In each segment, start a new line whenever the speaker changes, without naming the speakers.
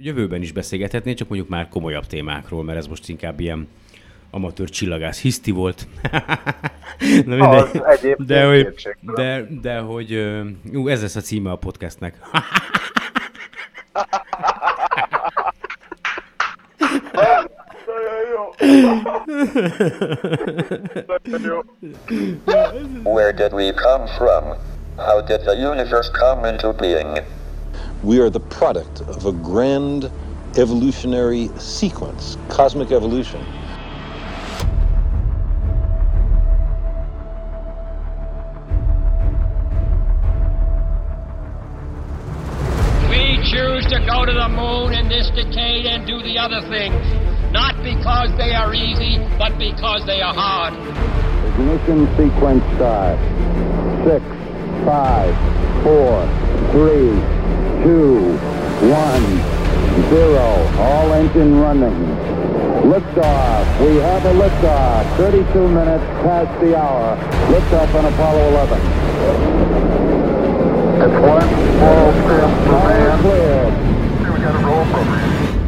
jövőben is beszélgethetnénk, csak mondjuk már komolyabb témákról, mert ez most inkább ilyen amatőr csillagász hiszti volt. Na,
az egyébként
de hogy ez lesz a címe a podcastnek.
Where did we come from? How did the universe come into being?
We are the product of a grand evolutionary sequence, cosmic evolution.
We choose to go to the moon in this decade and do the other things, not because they are easy, but because they are hard.
Ignition sequence start. 6, 5, 4, 3, 2, 1, 0. All engine running. Liftoff. We have a liftoff. 32 minutes past the hour. Liftoff on Apollo 11.
It's one small step for man.
Clear.
We got a roll program.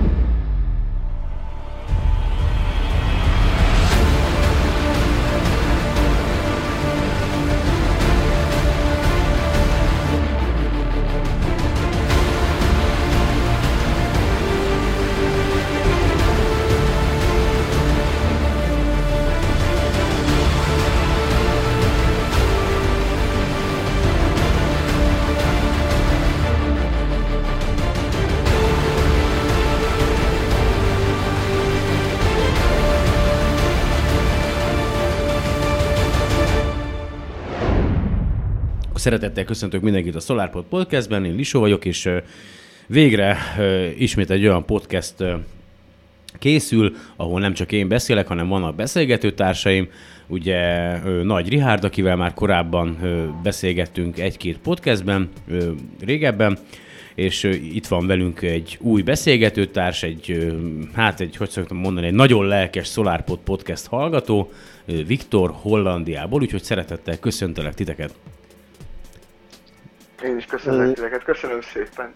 Szeretettel köszöntök mindenkit a SolarPod Podcastben, én Lisó vagyok, és végre ismét egy olyan podcast készül, ahol nem csak én beszélek, hanem vannak beszélgető társaim. Ugye Nagy Richárd, akivel már korábban beszélgettünk egy-két podcastben, régebben, és itt van velünk egy új beszélgetőtárs, hogy szoktam mondani, egy nagyon lelkes SolarPod Podcast hallgató, Viktor Hollandiából, úgyhogy szeretettel köszöntelek titeket.
Én is köszönöm titeket, köszönöm szépen.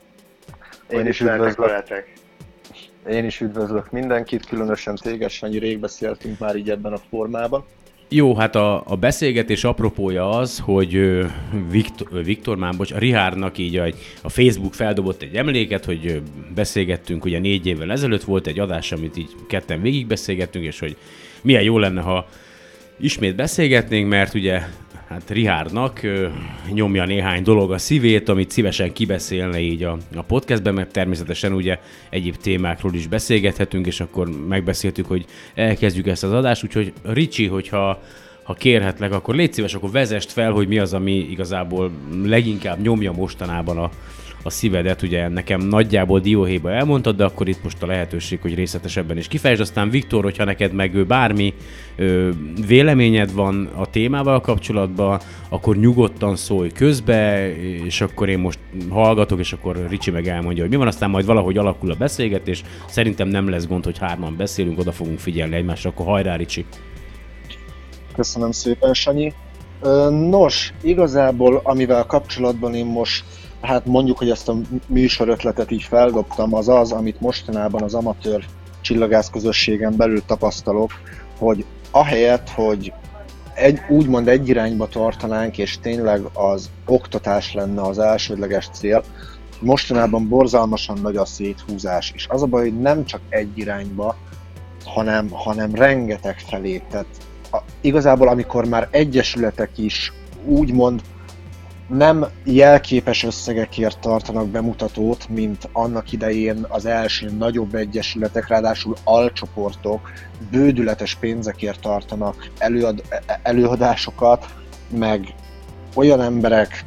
Én is üdvözlök mindenkit, különösen téged, Sanyi, rég beszéltünk már így ebben a formában.
Jó, hát a beszélgetés apropója az, hogy Richárdnak így a Facebook feldobott egy emléket, hogy beszélgettünk, ugye 4 évvel ezelőtt volt egy adás, amit így ketten végig beszélgettünk, és hogy milyen jó lenne, ha ismét beszélgetnénk, mert ugye hát Richárdnak nyomja néhány dolog a szívét, amit szívesen kibeszélne így a podcastben, mert természetesen ugye egyéb témákról is beszélgethetünk, és akkor megbeszéltük, hogy elkezdjük ezt az adást, úgyhogy Ricsi, hogyha kérhetlek, akkor légy szíves, akkor vezest fel, hogy mi az, ami igazából leginkább nyomja mostanában a szívedet, ugye nekem nagyjából dióhéjba elmondtad, de akkor itt most a lehetőség, hogy részletesebben is kifejtsd. Aztán Viktor, hogyha neked meg bármi véleményed van a témával kapcsolatban, akkor nyugodtan szólj közbe, és akkor én most hallgatok, és akkor Ricsi meg elmondja, hogy mi van, aztán majd valahogy alakul a beszélgetés. Szerintem nem lesz gond, hogy 3-an beszélünk, oda fogunk figyelni egymásra, akkor hajrá, Ricsi!
Köszönöm szépen, Sanyi. Nos, igazából amivel kapcsolatban én most hát mondjuk, hogy ezt a műsorötletet így feldobtam, az az, amit mostanában az amatőr csillagász közösségen belül tapasztalok, hogy ahelyett, hogy úgymond egy irányba tartanánk, és tényleg az oktatás lenne az elsődleges cél, mostanában borzalmasan nagy a széthúzás, és az a baj, hogy nem csak egy irányba, hanem rengeteg felé. Tehát igazából amikor már egyesületek is úgymond nem jelképes összegekért tartanak bemutatót, mint annak idején az első nagyobb egyesületek, ráadásul alcsoportok bődületes pénzekért tartanak előadásokat, meg olyan emberek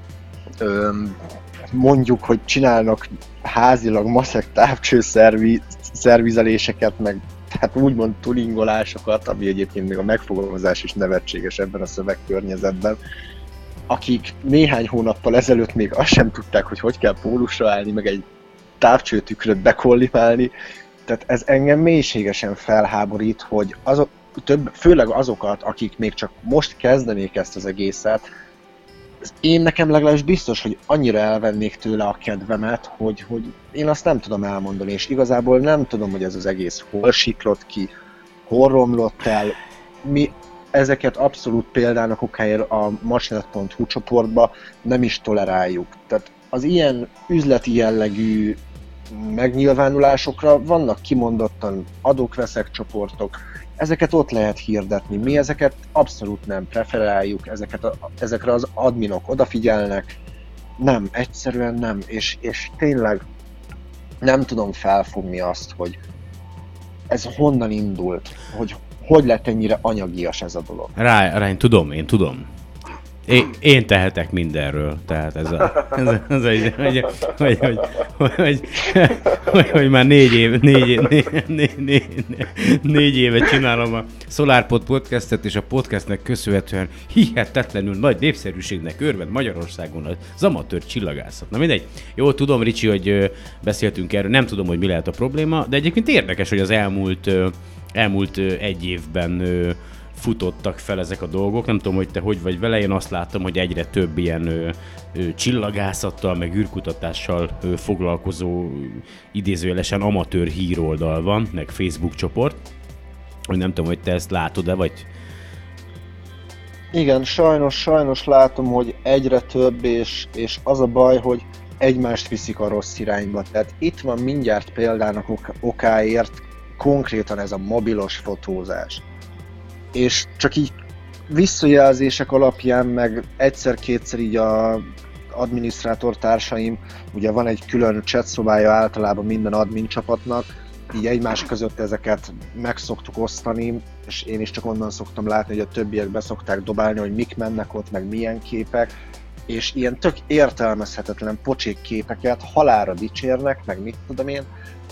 mondjuk, hogy csinálnak házilag maszek távcsőszervizeléseket, meg hát úgymond tuningolásokat, ami egyébként még a megfogalmazás is nevetséges ebben a szövegkörnyezetben, akik néhány hónappal ezelőtt még azt sem tudták, hogy kell pólusra állni, meg egy távcsőtükröt bekollipálni. Tehát ez engem mélységesen felháborít, hogy főleg azokat, akik még csak most kezdenék ezt az egészet, én nekem legalábbis biztos, hogy annyira elvennék tőle a kedvemet, hogy én azt nem tudom elmondani, és igazából nem tudom, hogy ez az egész hol siklott ki, hol romlott el. Mi ezeket abszolút példának okáért a matchnet.hu csoportba nem is toleráljuk. Tehát az ilyen üzleti jellegű megnyilvánulásokra vannak kimondottan adok-veszek csoportok, ezeket ott lehet hirdetni, mi ezeket abszolút nem preferáljuk, ezekre az adminok odafigyelnek, nem, egyszerűen nem, és tényleg nem tudom felfogni azt, hogy ez honnan indult, hogy lett ennyire anyagias ez a dolog. Rá,
én tudom. Én tehetek mindenről, tehát hogy már 4 éve csinálom a SolarPod podcastet, és a podcastnek köszönhetően hihetetlenül nagy népszerűségnek örvend Magyarországon az amatőr csillagászat. Na mindegy. Jó, tudom, Ricsi, hogy beszéltünk erről, nem tudom, hogy mi lehet a probléma, de egyébként érdekes, hogy az elmúlt egy évben futottak fel ezek a dolgok. Nem tudom, hogy te hogy vagy vele, én azt láttam, hogy egyre több ilyen csillagászattal, meg űrkutatással foglalkozó idézőjelesen amatőr híroldal van, meg Facebook csoport. Hogy nem tudom, hogy te ezt látod-e, vagy...
Igen, sajnos látom, hogy egyre több, és az a baj, hogy egymást viszik a rossz irányba. Tehát itt van mindjárt példának okáért konkrétan ez a mobilos fotózás. És csak így visszajelzések alapján, meg egyszer-kétszer így a adminisztrátor társaim, ugye van egy külön chat szobája általában minden admin csapatnak, így egymás között ezeket meg szoktuk osztani, és én is csak onnan szoktam látni, hogy a többiek beszokták dobálni, hogy mik mennek ott, meg milyen képek, és ilyen tök értelmezhetetlen pocsék képeket halálra dicsérnek, meg mit tudom én,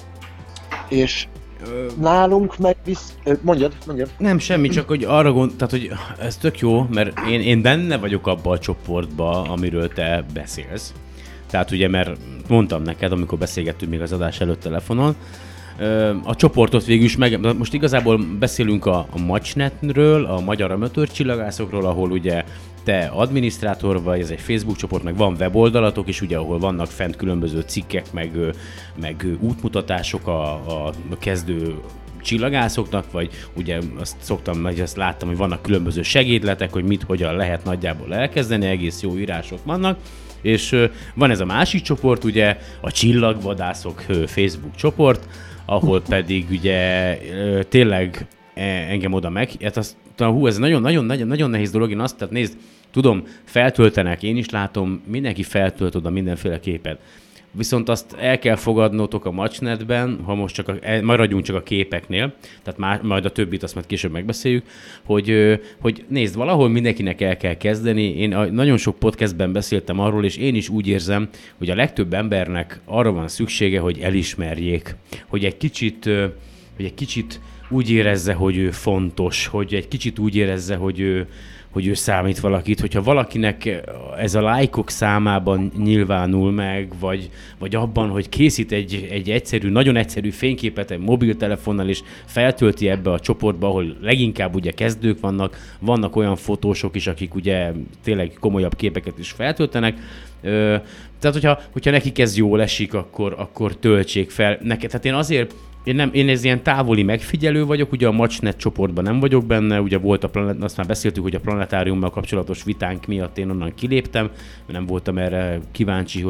és nálunk meg mondjad.
Nem, semmi, csak hogy arra tehát hogy ez tök jó, mert én benne vagyok abban a csoportban, amiről te beszélsz. Tehát ugye, mert mondtam neked, amikor beszélgettünk még az adás előtt telefonon, a csoportot végül is most igazából beszélünk a Matchnet-ről, a Magyar Amatőr Csillagászokról, ahol ugye te adminisztrátor vagy, ez egy Facebook csoport, meg van weboldalatok is, ugye, ahol vannak fent különböző cikkek, meg útmutatások a kezdő csillagászoknak, vagy ugye azt láttam, hogy vannak különböző segédletek, hogy hogyan lehet nagyjából elkezdeni, egész jó írások vannak, és van ez a másik csoport, ugye a Csillagvadászok Facebook csoport, ahol pedig ugye tényleg engem oda meg, ez nagyon nehéz dolog, én azt, tehát nézd, tudom, feltöltenek, én is látom, mindenki feltölt oda mindenféle képet. Viszont azt el kell fogadnotok a Matchnetben, ha most maradjunk csak a képeknél, tehát majd a többit azt majd később megbeszéljük, hogy nézd, valahol mindenkinek el kell kezdeni. Én nagyon sok podcastben beszéltem arról, és én is úgy érzem, hogy a legtöbb embernek arra van szüksége, hogy elismerjék, hogy egy kicsit úgy érezze, hogy ő fontos, hogy egy kicsit úgy érezze, hogy ő számít valakit, hogyha valakinek ez a lájkok számában nyilvánul meg, vagy abban, hogy készít egy egyszerű, nagyon egyszerű fényképet egy mobiltelefonnal, és feltölti ebbe a csoportba, ahol leginkább ugye kezdők vannak olyan fotósok is, akik ugye tényleg komolyabb képeket is feltöltenek. Tehát, hogyha nekik ez jól esik, akkor töltsék fel. Tehát én azért Én ez ilyen távoli megfigyelő vagyok, ugye a Matchnet csoportban nem vagyok benne, ugye volt azt már beszéltük, hogy a planetáriummal kapcsolatos vitánk miatt én onnan kiléptem, mert nem voltam erre kíváncsi,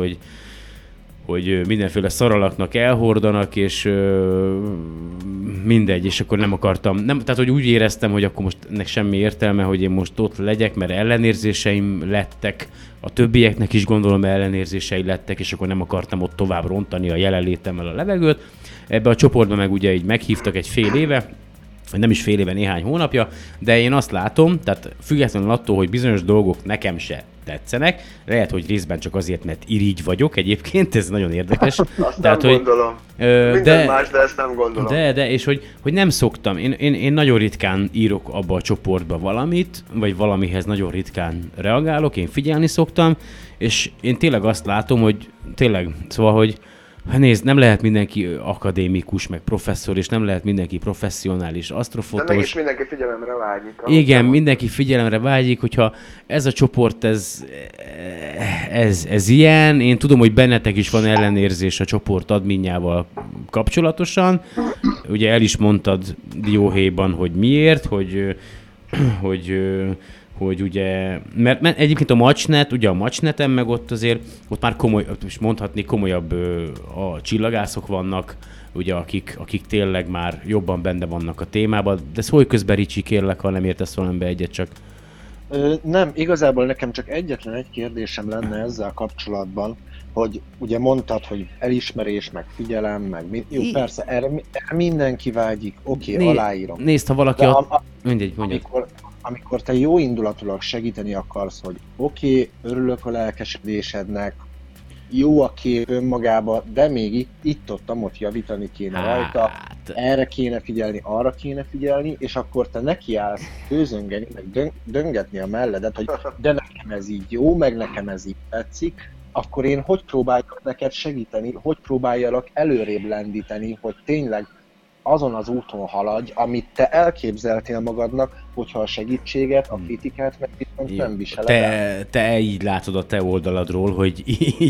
hogy mindenféle szaralaknak elhordanak, és mindegy, és akkor nem akartam, tehát hogy úgy éreztem, hogy akkor most ennek semmi értelme, hogy én most ott legyek, mert ellenérzéseim lettek, a többieknek is gondolom ellenérzései lettek, és akkor nem akartam ott tovább rontani a jelenlétemmel a levegőt. Ebbe a csoportban meg ugye így meghívtak egy fél éve, nem is fél éve, néhány hónapja, de én azt látom, tehát függetlenül attól, hogy bizonyos dolgok nekem se tetszenek, lehet, hogy részben csak azért, mert irigy vagyok egyébként, ez nagyon érdekes.
Azt tehát, nem gondolom. Minden más, de ezt nem gondolom.
De és hogy nem szoktam, én nagyon ritkán írok abba a csoportba valamit, vagy valamihez nagyon ritkán reagálok, én figyelni szoktam, és én tényleg azt látom, hogy tényleg, szóval, Nézd, nem lehet mindenki akadémikus, meg professzor, és nem lehet mindenki professzionális asztrofotós.
De mégis mindenki figyelemre vágyik.
Igen, mindenki figyelemre vágyik, hogyha ez a csoport, ez ilyen. Én tudom, hogy bennetek is van ellenérzés a csoport adminjával kapcsolatosan. Ugye el is mondtad dióhéjban, hogy miért, hogy ugye, mert egyébként a Matchnet, ugye a Matchneten meg ott azért, ott már mondhatni komolyabb a csillagászok vannak, ugye akik tényleg már jobban benne vannak a témában, de szólj közben, Ricsi, kérlek, ha nem értesz valambe egyet csak.
Nem, igazából nekem csak egyetlen egy kérdésem lenne ezzel kapcsolatban, hogy ugye mondtad, hogy elismerés, meg figyelem, meg jó, persze, erre mindenki vágyik, oké, aláírom.
Nézd, ha valaki... Mindegy,
amikor te jó indulatulag segíteni akarsz, hogy oké, örülök a lelkesedésednek, jó a kép önmagába, de még itt-ott javítani kéne rajta, erre kéne figyelni, arra kéne figyelni, és akkor te nekiállsz főzöngeni, meg döngetni a melledet, hogy de nekem ez így jó, meg nekem ez így tetszik, akkor én hogy próbáljak neked segíteni, hogy próbáljalak előrébb lendíteni, hogy tényleg azon az úton haladj, amit te elképzeltél magadnak, hogyha a segítséget, a kritikát meg viszont nem viseled el.
Te így látod a te oldaladról, hogy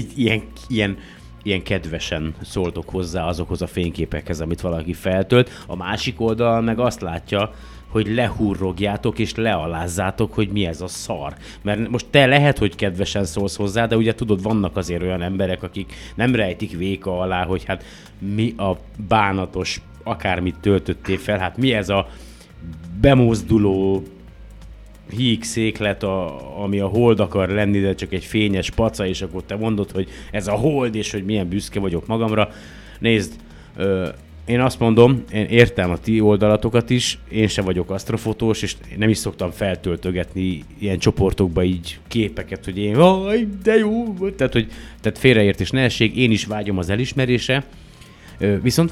ilyen kedvesen szóltok hozzá azokhoz a fényképekhez, amit valaki feltölt. A másik oldal meg azt látja, hogy lehurrogjátok és lealázzátok, hogy mi ez a szar. Mert most te lehet, hogy kedvesen szólsz hozzá, de ugye tudod, vannak azért olyan emberek, akik nem rejtik véka alá, hogy hát mi a bánatos akármit töltöttél fel, hát mi ez a bemozduló hígszéklet, ami a hold akar lenni, de csak egy fényes paca, és akkor te mondod, hogy ez a hold, és hogy milyen büszke vagyok magamra. Nézd, én azt mondom, én értem a ti oldalatokat is, én sem vagyok asztrofotós, és nem is szoktam feltöltögetni ilyen csoportokba így képeket, hogy én, de jó, tehát félreértés ne essék, én is vágyom az elismerésre. Viszont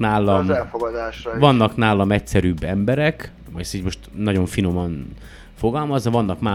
vannak nálam egyszerűbb emberek, vagy így most nagyon finoman fogalmazza,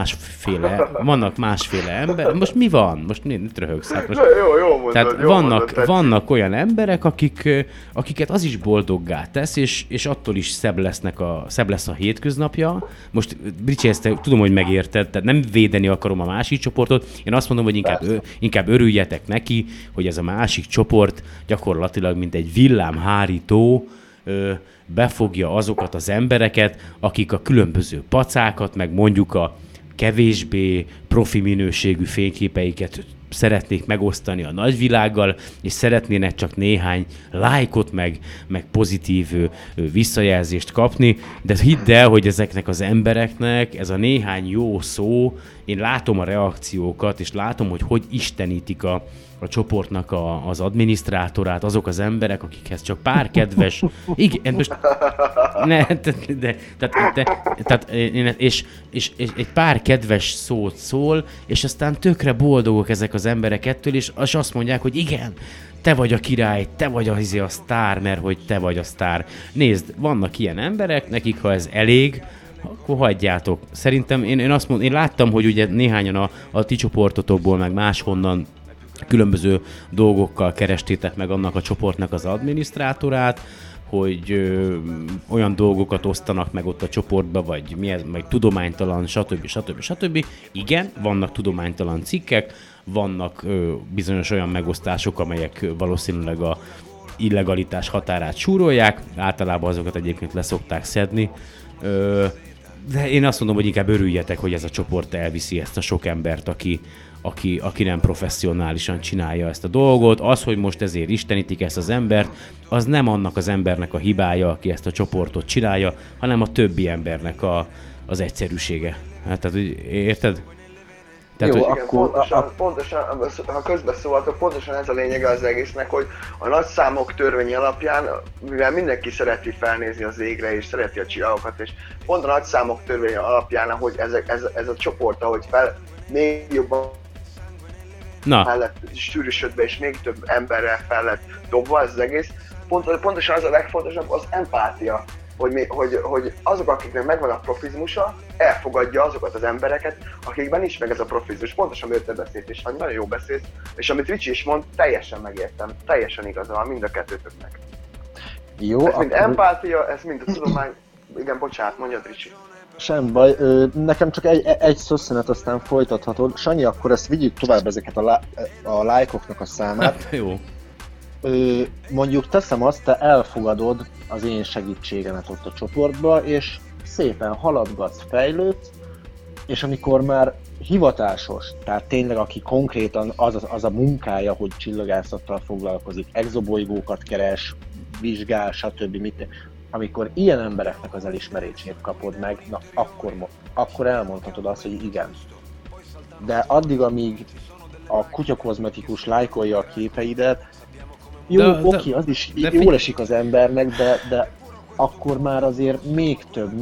vannak másféle ember. Most mi van? Most mit röhögsz? Hát most,
jó mondod,
tehát vannak olyan emberek, akiket az is boldoggá tesz, és attól is szebb lesz a hétköznapja. Most, Ricsi, ezt tudom, hogy megérted, tehát nem védeni akarom a másik csoportot. Én azt mondom, hogy inkább örüljetek neki, hogy ez a másik csoport gyakorlatilag mint egy villámhárító befogja azokat az embereket, akik a különböző pacákat, meg mondjuk a kevésbé profi minőségű fényképeiket szeretnék megosztani a nagyvilággal, és szeretnének csak néhány lájkot, meg pozitív visszajelzést kapni, de hidd el, hogy ezeknek az embereknek ez a néhány jó szó, én látom a reakciókat, és látom, hogy istenítik a csoportnak az adminisztrátorát, azok az emberek, akikhez csak pár kedves... Igen, most... És egy pár kedves szót szól, és aztán tökre boldogok ezek az emberek ettől, és azt mondják, hogy igen, te vagy a király, te vagy a sztár, mert hogy te vagy a sztár. Nézd, vannak ilyen emberek, nekik ha ez elég, akkor hagyjátok. Szerintem én láttam, hogy ugye néhányan a ti csoportotokból, meg máshonnan különböző dolgokkal kerestétek meg annak a csoportnak az adminisztrátorát, hogy olyan dolgokat osztanak meg ott a csoportba, vagy mi ez, meg tudománytalan, stb. Igen, vannak tudománytalan cikkek, vannak bizonyos olyan megosztások, amelyek valószínűleg a illegalitás határát súrolják, általában azokat egyébként leszokták szedni, de én azt mondom, hogy inkább örüljetek, hogy ez a csoport elviszi ezt a sok embert, aki nem professzionálisan csinálja ezt a dolgot. Az, hogy most ezért istenítik ezt az embert, az nem annak az embernek a hibája, aki ezt a csoportot csinálja, hanem a többi embernek az egyszerűsége. Hát, tehát, érted? Tehát,
jó, pontosan, ha közbeszólhatok, pontosan ez a lényege az egésznek, hogy a nagyszámok törvény alapján, mivel mindenki szereti felnézni az égre és szereti a csillagokat, és pont a nagyszámok törvény alapján, ahogy ez a csoport, ahogy még jobban fel lett sűrűsödve, és még több emberrel fel lett dobva ez az egész, pontosan az a legfontosabb, az empátia. hogy azok, akiknek megvan a profizmusa, elfogadja azokat az embereket, akikben nincs meg ez a profizmus. Pontosan miért te beszélt, és nagyon jó beszélsz, és amit Ricsi is mond, teljesen megértem, teljesen igaza van mind a kettőtöknek.
Jó,
ez mind empátia, ez mind a tudomány. Igen, bocsánat, mondjad Ricsi.
Sem baj, nekem csak egy szösszenet, aztán folytathatod. Sanyi, akkor ezt vigyük tovább ezeket a lájkoknak a számát.
Jó.
Mondjuk teszem azt, te elfogadod az én segítségemet ott a csoportba, és szépen haladgatsz, fejlődsz, és amikor már hivatásos, tehát tényleg aki konkrétan az a munkája, hogy csillagászattal foglalkozik, exobolygókat keres, vizsgál, stb. Amikor ilyen embereknek az elismerését kapod meg, na akkor elmondhatod azt, hogy igen. De addig, amíg a kutyakozmetikus lájkolja a képeidet, jó, oké, az is jól esik az embernek, de akkor már azért még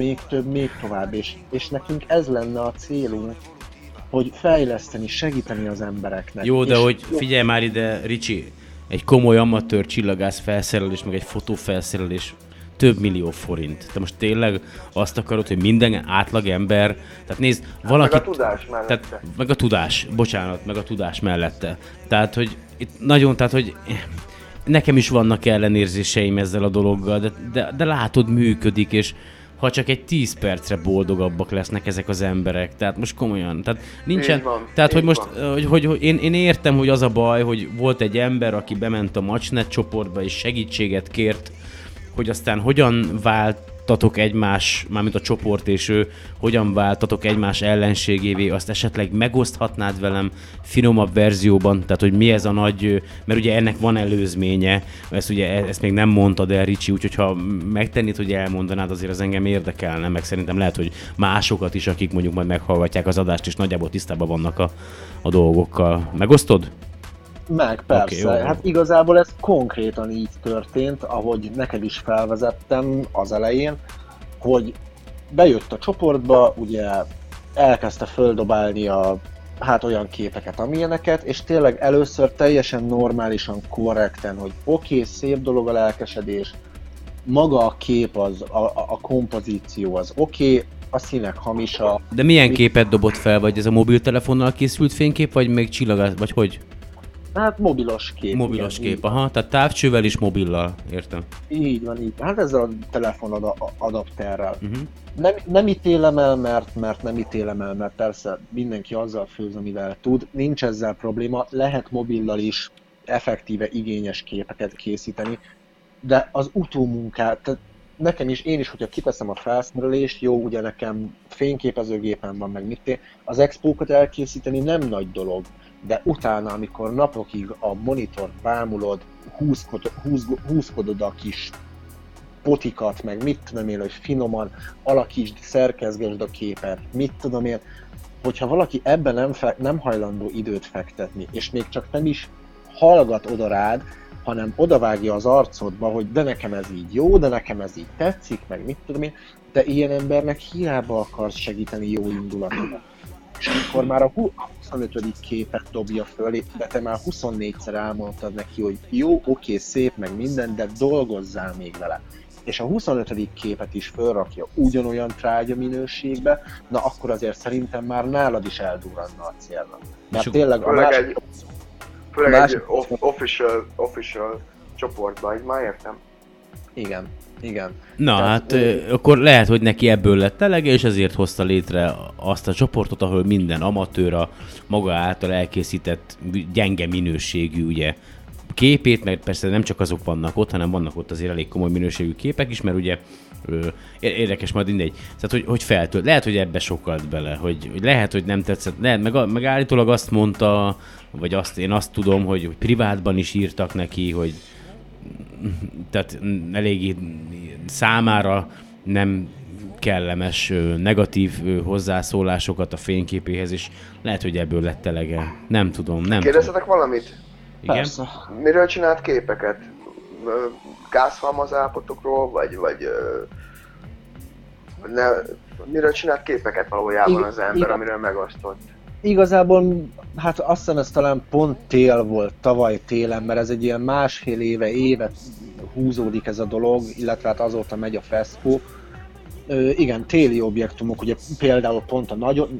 tovább, és nekünk ez lenne a célunk, hogy fejleszteni, segíteni az embereknek.
Jó, de hogy figyelj már ide, Ricsi, egy komoly amatőr csillagász felszerelés, meg egy fotófelszerelés több millió forint. Te most tényleg azt akarod, hogy minden átlag ember, tehát nézd, valaki...
Meg a tudás mellette.
Tehát, meg a tudás mellette. Tehát, hogy itt nagyon, tehát, hogy nekem is vannak ellenérzéseim ezzel a dologgal, de látod, működik, és ha csak egy 10 percre boldogabbak lesznek ezek az emberek. Tehát most komolyan, tehát nincsen, tehát hogy most, hogy én értem, hogy az a baj, hogy volt egy ember, aki bement a Matchnet csoportba és segítséget kért, hogy aztán hogyan váltatok egymás, mármint a csoport és ő, hogyan váltatok egymás ellenségévé, azt esetleg megoszthatnád velem finomabb verzióban, tehát hogy mi ez a nagy, mert ugye ennek van előzménye, ezt még nem mondtad el, Ricsi, úgyhogy ha megtennéd, hogy elmondanád, azért az engem érdekelne, meg szerintem lehet, hogy másokat is, akik mondjuk majd meghallgatják az adást, és nagyjából tisztában vannak a dolgokkal. Megosztod?
Meg, persze. Okay, hát igazából ez konkrétan így történt, ahogy neked is felvezettem az elején, hogy bejött a csoportba, ugye elkezdte földobálni olyan képeket, amilyeneket, és tényleg először teljesen normálisan, korrekten, hogy oké, szép dolog a lelkesedés, maga a kép, a kompozíció az oké, a színek hamisa.
De milyen képet dobott fel, vagy ez a mobiltelefonnal készült fénykép, vagy még csillagász, vagy hogy?
Hát mobilos kép.
Mobilos kép, aha, tehát távcsővel és mobillal, értem.
Így van. Hát ezzel a telefon adapterrel. Nem ítélem el, mert nem ítélem el, mert persze mindenki azzal főz, amivel tud. Nincs ezzel probléma, lehet mobillal is effektíve igényes képeket készíteni, de az utómunkát, tehát nekem is, én is, hogyha kiteszem a felszerelést, jó, ugye nekem fényképezőgépen van, meg az expókat elkészíteni nem nagy dolog. De utána, amikor napokig a monitort bámulod, húzkodod a kis potikat, meg mit tudom én, hogy finoman alakítsd, szerkezgesd a képet, mit tudom én, hogyha valaki ebben nem hajlandó időt fektetni, és még csak nem is hallgat oda rád, hanem odavágja az arcodba, hogy de nekem ez így jó, de nekem ez így tetszik, meg mit tudom én, de ilyen embernek hiába akarsz segíteni jó indulatokat. És amikor már a 25. képet dobja föl, de te már 24-szer elmondtad neki, hogy jó, oké, szép, meg minden, de dolgozzál még vele. És a 25. képet is fölrakja ugyanolyan trágya minőségbe, na akkor azért szerintem már nálad is eldurranna a célnak. Mert tényleg a
főleg egy official csoportban, így már értem.
Igen.
Na tehát, hát akkor lehet, hogy neki ebből lett elege, és ezért hozta létre azt a csoportot, ahol minden amatőr a maga által elkészített gyenge minőségű ugye, képét, mert persze nem csak azok vannak ott, hanem vannak ott azért elég komoly minőségű képek is, mert ugye érdekes majd mindegy. Tehát, hogy feltölt. Lehet, hogy ebbe sokkalt bele, hogy lehet, hogy nem tetszett. Lehet, meg állítólag azt mondta, vagy én azt tudom, hogy privátban is írtak neki, hogy tehát eléggé számára nem kellemes, negatív hozzászólásokat a fényképéhez, és lehet, hogy ebből lett elege. Nem tudom.
Kérdezzetek valamit?
Igen?
Persze.
Miről csinált képeket? Gázhalmaz állapotokról, vagy miről csinált képeket valójában az ember, amiről megosztott?
Igazából, hát azt hiszem ez talán pont tél volt, tavaly télen, mert ez egy ilyen másfél éve húzódik ez a dolog, illetve hát azóta megy a FESCO. Igen, téli objektumok, ugye például pont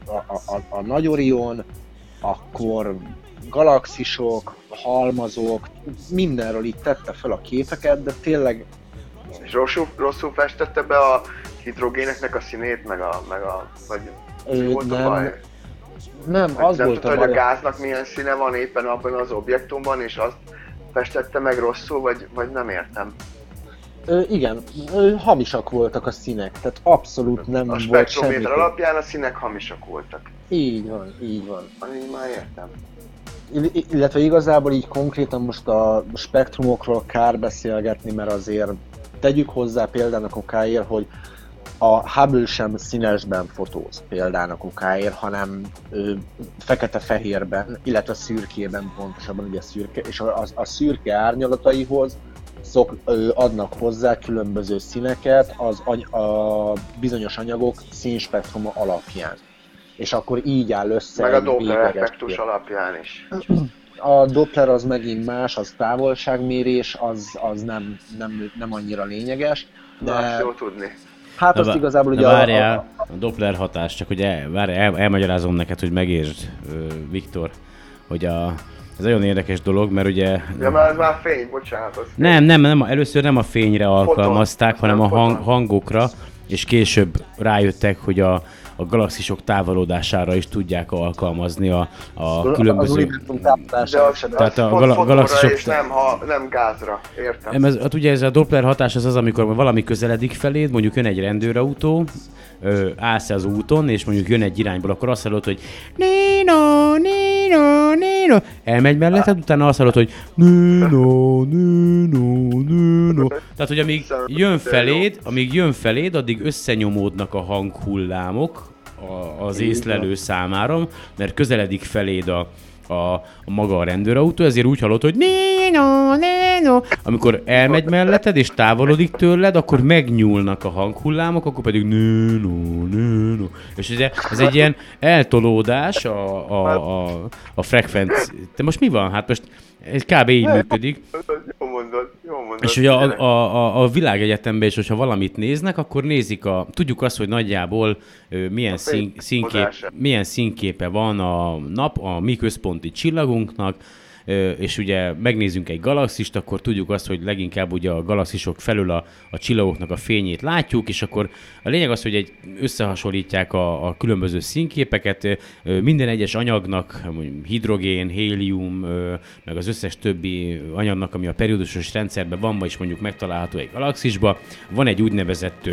a Nagy Orion, akkor galaxisok, halmazok, mindenről itt tette fel a képeket, de tényleg...
És rosszul festette be a hidrogéneknek a színét, vagy mi volt a baj?
Nem, az
nem
volt
tudta,
a baj.
hogy a gáznak milyen színe van éppen abban az objektumban, és azt festette meg rosszul, vagy nem értem.
Igen, hamisak voltak a színek, tehát abszolút nem
A
volt
spektrométer
semmi.
alapján a színek hamisak voltak.
Így van, így van.
Így már értem.
Illetve igazából így konkrétan most a spektrumokról kár beszélgetni, mert azért tegyük hozzá példának okáért, hogy a Hubble sem színesben fotóz példának okáért, hanem fekete-fehérben, illetve szürkében pontosabban, ugye szürke, és a szürke árnyalataihoz adnak hozzá különböző színeket a bizonyos anyagok színspektruma alapján. És akkor így áll össze.
Meg a Doppler effektus alapján is.
A Doppler az megint más, az távolságmérés, az nem annyira lényeges. De
Más jó tudni.
hát azt igazából ugye
a Doppler hatás, csak hogy elmagyarázom neked, hogy megértsd, Viktor, hogy ez nagyon érdekes dolog, mert ugye...
Ja, mert ez már fény, bocsánat. Az
nem, először nem a fényre alkalmazták,
Foton,
hanem a
foton.
hangokra, és később rájöttek, hogy a galaxisok távolodására is tudják alkalmazni a különböző...
Az univerzum táplására
De az,
sem.
Tehát a
fotonra
galaxisok-
és nem gázra, értem.
Hát ugye ez a Doppler hatás az, amikor valami közeledik feléd, mondjuk jön egy rendőrautó, állsz az úton, és mondjuk jön egy irányból, akkor azt hallod, hogy Nino, Nino, Nino. Elmegy melletted, utána azt hallod, hogy Nino, Nino, Nino. Tehát, hogy amíg jön feléd, addig összenyomódnak a hanghullámok az észlelő számára, mert közeledik feléd a maga a rendőrautó, ezért úgy hallod, hogy Nino, Nino. Amikor elmegy melletted és távolodik tőled, akkor megnyúlnak a hanghullámok, akkor pedig Nino, Nino. És ez egy ilyen eltolódás a frekvenci... Te most mi van? Hát most ez kb. Így működik.
Jó mondod.
És ugye a világegyetemben is, hogyha valamit néznek, akkor nézik tudjuk azt, hogy nagyjából milyen színképe van a nap, a mi központi csillagunknak, és ugye megnézzünk egy galaxist, akkor tudjuk azt, hogy leginkább ugye a galaxisok felül a csillagoknak a fényét látjuk, és akkor a lényeg az, hogy összehasonlítják a különböző színképeket, minden egyes anyagnak, hidrogén, hélium, meg az összes többi anyagnak, ami a periódusos rendszerben van, és mondjuk megtalálható egy galaxisban, van egy úgynevezett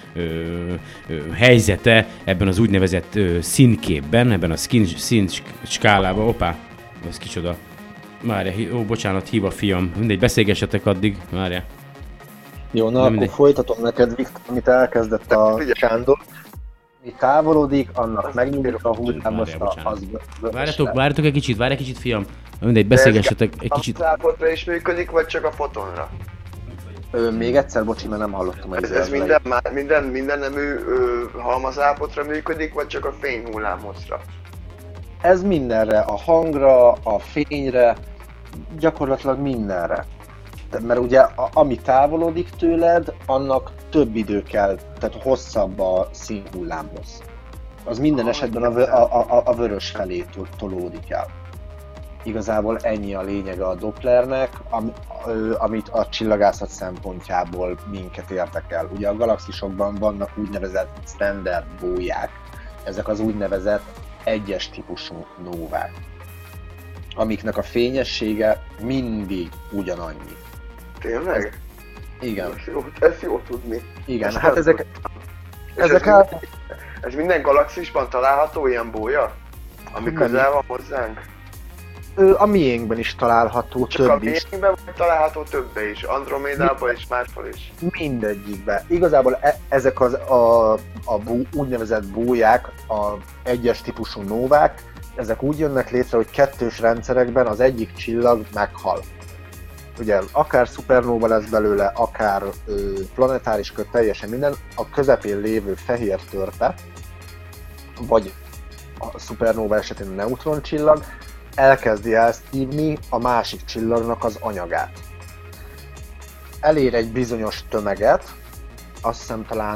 helyzete ebben az úgynevezett színképben, ebben a színskálában. Hoppá, ez kicsoda. Várja, bocsánat, hív a fiam. Mindegy, beszélgessetek addig. Várja.
Jó, na akkor folytatom neked, Viktor, amit elkezdett a Sándor. Mi távolodik, annak megnyúlik a hullám, most az...
Várjatok egy kicsit, fiam. Mindegy, beszélgessetek egy kicsit.
A állapotra is működik, vagy csak a fotonra?
Még egyszer, bocsi, mert nem hallottam az
Ez minden nemű halmazállapotra működik, vagy csak a fényhullámhozra?
Ez mindenre, a hangra, a fényre, gyakorlatilag mindenre. Mert ugye ami távolodik tőled, annak több idő kell, tehát hosszabb a színhullámhoz. Az minden esetben a vörös felé tolódik el. Igazából ennyi a lényege a Dopplernek, amit a csillagászat szempontjából minket érdekel. Ugye a galaxisokban vannak úgynevezett standard bóják, ezek az úgynevezett egyes típusú nóvák, amiknek a fényessége mindig ugyanannyi.
Tényleg?
Igen.
Ez jó tudni.
Igen, hát ezek
ez minden galaxisban található ilyen bója? Ami közel van hozzánk?
A miénkben is található,
Csak
több
a
is.
miénkben található többe is, Andromédában is, máshol is.
Mindegyikben. Igazából ezek úgynevezett bóják, a egyes típusú nóvák, ezek úgy jönnek létre, hogy kettős rendszerekben az egyik csillag meghal. Ugye akár szupernóva lesz belőle, akár planetáris kör, teljesen minden, a közepén lévő fehér törpe, vagy a szupernóva esetén a neutroncsillag, elkezdi elszívni a másik csillagnak az anyagát. Elér egy bizonyos tömeget, azt hiszem talán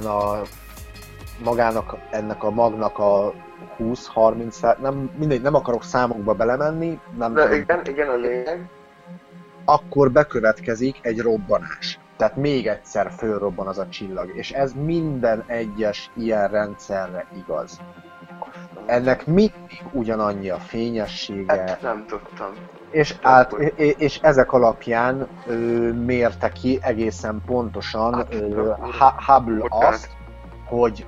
ennek a magnak a 20-30, nem, mindegy, nem akarok számokba belemenni, nem
De
tudom.
igen, a lényeg.
Akkor bekövetkezik egy robbanás. Tehát még egyszer fölrobban az a csillag, és ez minden egyes ilyen rendszerre igaz. Ennek mindig ugyanannyi a fényessége,
Ezt nem tudtam.
és ezek alapján mérte ki egészen pontosan Hubble azt, hogy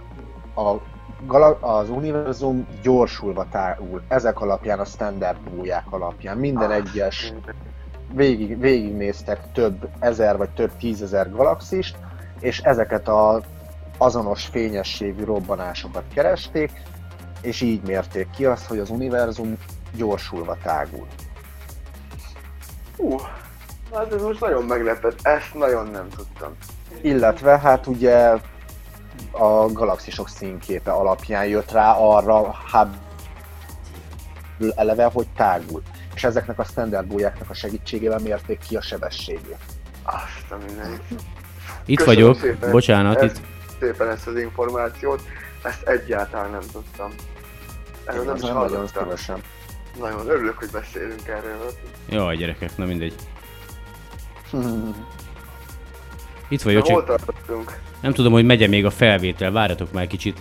az univerzum gyorsulva tágul. Ezek alapján, a standard bóják alapján. Minden egyes végignéztek több ezer vagy több tízezer galaxist, és ezeket az azonos fényességű robbanásokat keresték, és így mérték ki azt, hogy az univerzum gyorsulva tágul.
Hát ez most nagyon meglepett, ezt nagyon nem tudtam.
Illetve hát ugye a galaxisok színképe alapján jött rá arra Hubble eleve, hogy tágul. És ezeknek a standard bójáknak a segítségével mérték ki a sebességét.
Azt a mindenit.
Itt
Köszönöm
vagyok,
szépen.
bocsánat,
Ezt, szépen ezt az információt, ezt egyáltalán nem tudtam. Erről nem is
Nagyon
hallottam.
szívesen.
Nagyon örülök, hogy beszélünk erről.
Jaj, gyerekek, na mindegy. Itt
De
vagyok,
hol
csak
tartottunk?
nem tudom, hogy megye még a felvétel, várjatok már kicsit.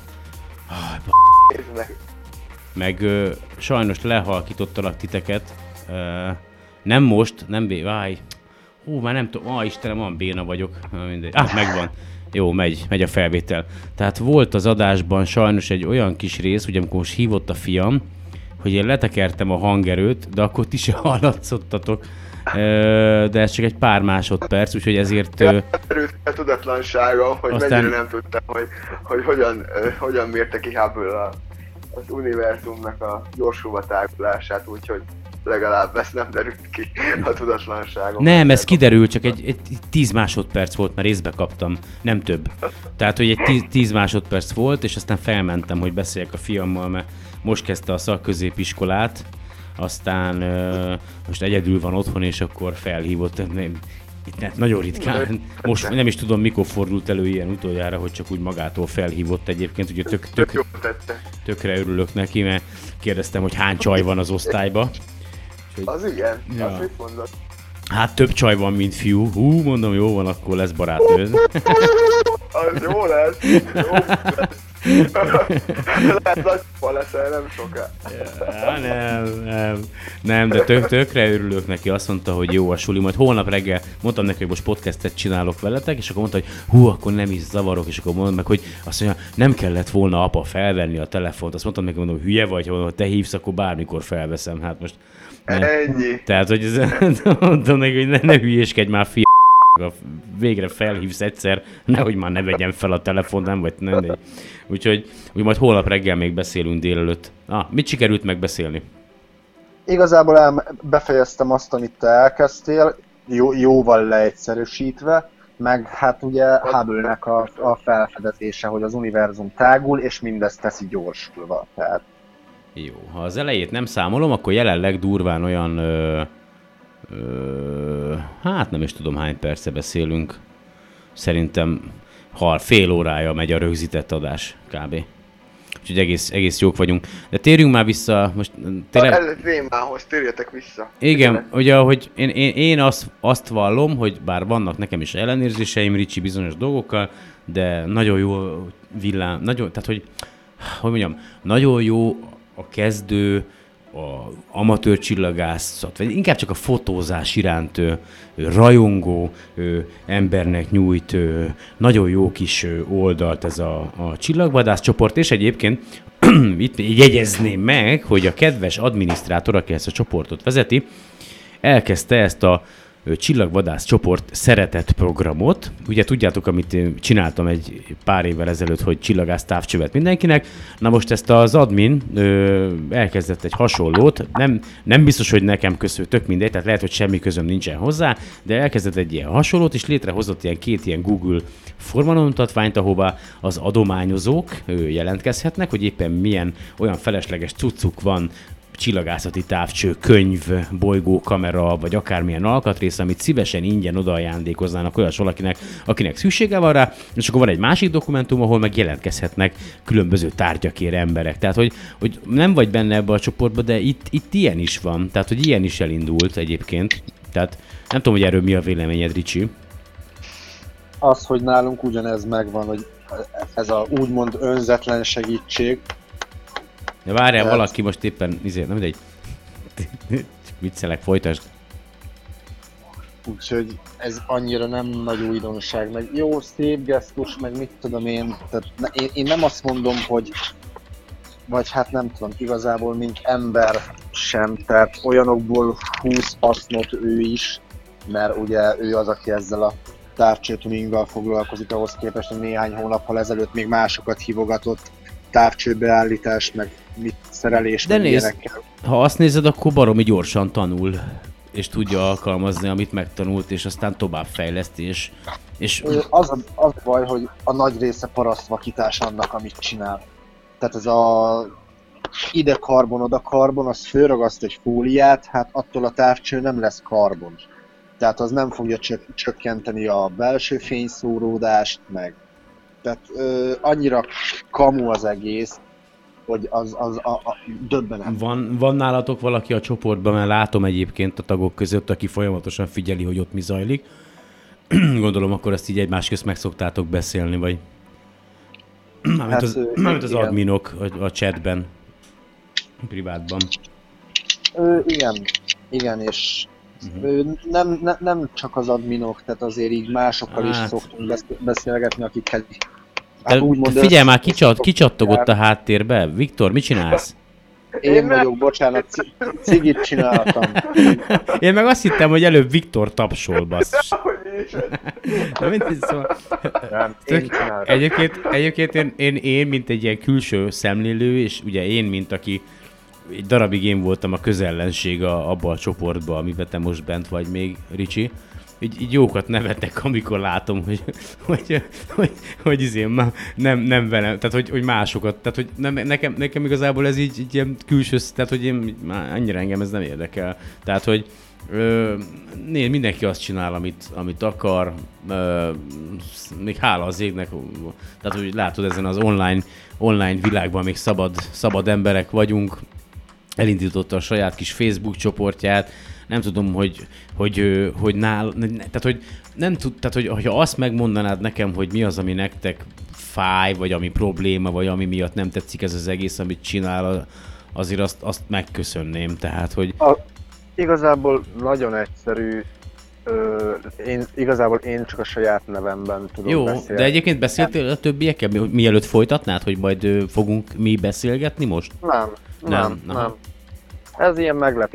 Nézd meg.
Meg sajnos lehalkítottalak titeket. Nem most, nem várj. Már nem tudom, Istenem, olyan béna vagyok. Mindegy. Megvan. Jó, megy a felvétel. Tehát volt az adásban sajnos egy olyan kis rész, ugye amikor most hívott a fiam, hogy én letekertem a hangerőt, de akkor ti se hallatszottatok. De ez csak egy pár másodperc, úgyhogy ezért...
Erőt a tudatlanságom, hogy
Aztán-
mennyire nem tudtam, hogy hogyan mérte ki Hubble az univerzumnak a gyorsulva tágulását, úgyhogy legalább ezt nem derült ki a tudatlanságom.
Nem, ez kiderül, csak egy 10 másodperc volt, mert észbe kaptam, nem több. Tehát, hogy egy 10 másodperc volt, és aztán felmentem, hogy beszéljek a fiammal, mert most kezdte a szakközépiskolát, aztán most egyedül van otthon, és akkor felhívott. Itt nagyon ritkán. Most nem is tudom, mikor fordult elő ilyen utoljára, hogy csak úgy magától felhívott egyébként. Ugye
Jól tette.
tökre örülök neki, mert kérdeztem, hogy hány csaj van az osztályba.
Az igen,
Ja.
azt mit mondod?
Hát több csaj van, mint fiú. Mondom, jó van, akkor lesz barátnőd.
Az jó lesz, jó lesz. Lehet nagyfa leszel, nem soká.
Nem, de tökre örülök neki. Azt mondta, hogy jó a suli, majd holnap reggel mondtam neki, hogy most podcastet csinálok veletek, és akkor mondta, hogy akkor nem is zavarok, és akkor mondom meg, hogy azt mondja, nem kellett volna apa felvenni a telefont. Azt mondtam neki, mondom, hülye vagy, ha te hívsz, akkor bármikor felveszem. Hát most...
Ennyi.
Tehát, hogy mondtam neki, hogy ne hülyéskedj már, végre felhívsz egyszer, nehogy már ne vegyem fel a telefont, nem vagy nem. Úgyhogy majd holnap reggel még beszélünk délelőtt. Mit sikerült megbeszélni?
Igazából befejeztem azt, amit te elkezdtél, jóval leegyszerűsítve, meg hát ugye Hubble-nek a felfedezése, hogy az univerzum tágul, és mindezt teszi gyorsulva. Tehát...
Jó, ha az elejét nem számolom, akkor jelenleg durván olyan, hát nem is tudom hány perce beszélünk. Szerintem fél órája megy a rögzített adás kb. Úgyhogy egész jók vagyunk. De térjünk már vissza, most tényleg...
Előtt témához térjetek vissza.
Igen, ugye, hogy én azt vallom, hogy bár vannak nekem is ellenérzéseim Ricsi bizonyos dolgokkal, de nagyon jó tehát hogy mondjam, nagyon jó a kezdő, a amatőr csillagászat, vagy inkább csak a fotózás iránt rajongó embernek nyújt nagyon jó kis oldalt ez a csillagvadász csoport, és egyébként itt jegyezném meg, hogy a kedves adminisztrátor, aki ezt a csoportot vezeti, elkezdte ezt a csillagvadász csoport szeretett programot. Ugye tudjátok, amit csináltam egy pár évvel ezelőtt, hogy csillagász távcsövet mindenkinek. Na most ezt az admin elkezdett egy hasonlót, nem biztos, hogy nekem köszön, tök mindegy, tehát lehet, hogy semmi közöm nincsen hozzá, de elkezdett egy ilyen hasonlót, és létrehozott két ilyen Google formanyomtatványt, ahova az adományozók jelentkezhetnek, hogy éppen milyen olyan felesleges cuccuk van, csillagászati távcső, könyv, bolygókamera, vagy akármilyen alkatrész, amit szívesen ingyen odaajándékoznának olyas akinek szüksége van rá, és akkor van egy másik dokumentum, ahol meg jelentkezhetnek különböző tárgyakért emberek. Tehát, hogy nem vagy benne ebbe a csoportba, de itt ilyen is van, tehát, hogy ilyen is elindult egyébként. Tehát nem tudom, hogy erről mi a véleményed, Ricsi.
Az, hogy nálunk ugyanez megvan, hogy ez a úgymond önzetlen segítség.
De várjál, valaki most éppen, nem mindegy, viccelek, folytasd.
Úgyhogy ez annyira nem nagy újdonság, meg jó, szép gesztus, meg mit tudom én, tehát én nem azt mondom, hogy, vagy hát nem tudom, igazából mint ember sem, tehát olyanokból 20 hasznot ő is, mert ugye ő az, aki ezzel a távcsőtuninggal foglalkozik, ahhoz képest, hogy néhány hónappal ezelőtt még másokat hívogatott, távcsőbeállítás, meg mit szerelés,
de
meg
nézd,
ilyenekkel.
Ha azt nézed, akkor baromi gyorsan tanul, és tudja alkalmazni, amit megtanult, és aztán továbbfejleszt, és...
Az a baj, hogy a nagy része parasztvakítás annak, amit csinál. Tehát ez a ide karbon, oda karbon, az fölragaszt egy fóliát, hát attól a távcső nem lesz karbon. Tehát az nem fogja csökkenteni a belső fényszóródást, meg tehát annyira kamu az egész, hogy az döbbenet.
Van nálatok valaki a csoportban, mert látom egyébként a tagok között, aki folyamatosan figyeli, hogy ott mi zajlik. Gondolom, akkor ezt így egymás közt meg szoktátok beszélni, vagy... Mármint az adminok a chatben, privátban.
Igen, és nem csak az adminok, tehát azért így másokkal is szoktunk beszélgetni, akikkel
figyelj már, kicsattogott a háttérbe. Viktor, mit csinálsz?
Én vagyok, bocsánat, cigit csináltam.
Én meg azt hittem, hogy előbb Viktor tapsol, basszus. Szóval... Egyébként én, mint egy ilyen külső szemlélő, és ugye én, mint aki egy darabig én voltam a közellenség abba a csoportba, amiben te most bent vagy még, Ricsi. Így jókat nevetek, amikor látom, hogy nem velem, tehát hogy másokat, tehát hogy nekem igazából ez így ilyen külső, tehát hogy én annyira engem ez nem érdekel. Tehát, hogy mindenki azt csinál, amit akar, még hála az égnek, tehát hogy látod, ezen az online világban még szabad emberek vagyunk, elindította a saját kis Facebook csoportját. Nem tudom, hogy hogyha azt megmondanád nekem, hogy mi az, ami nektek fáj, vagy ami probléma, vagy ami miatt nem tetszik ez az egész, amit csinál, azért azt megköszönném, tehát, hogy...
Igazából nagyon egyszerű, én csak a saját nevemben tudom beszélni.
Jó, de egyébként beszéltél a többiekkel, mielőtt folytatnád, hogy majd fogunk mi beszélgetni most?
Nem. Ez ilyen meglepi.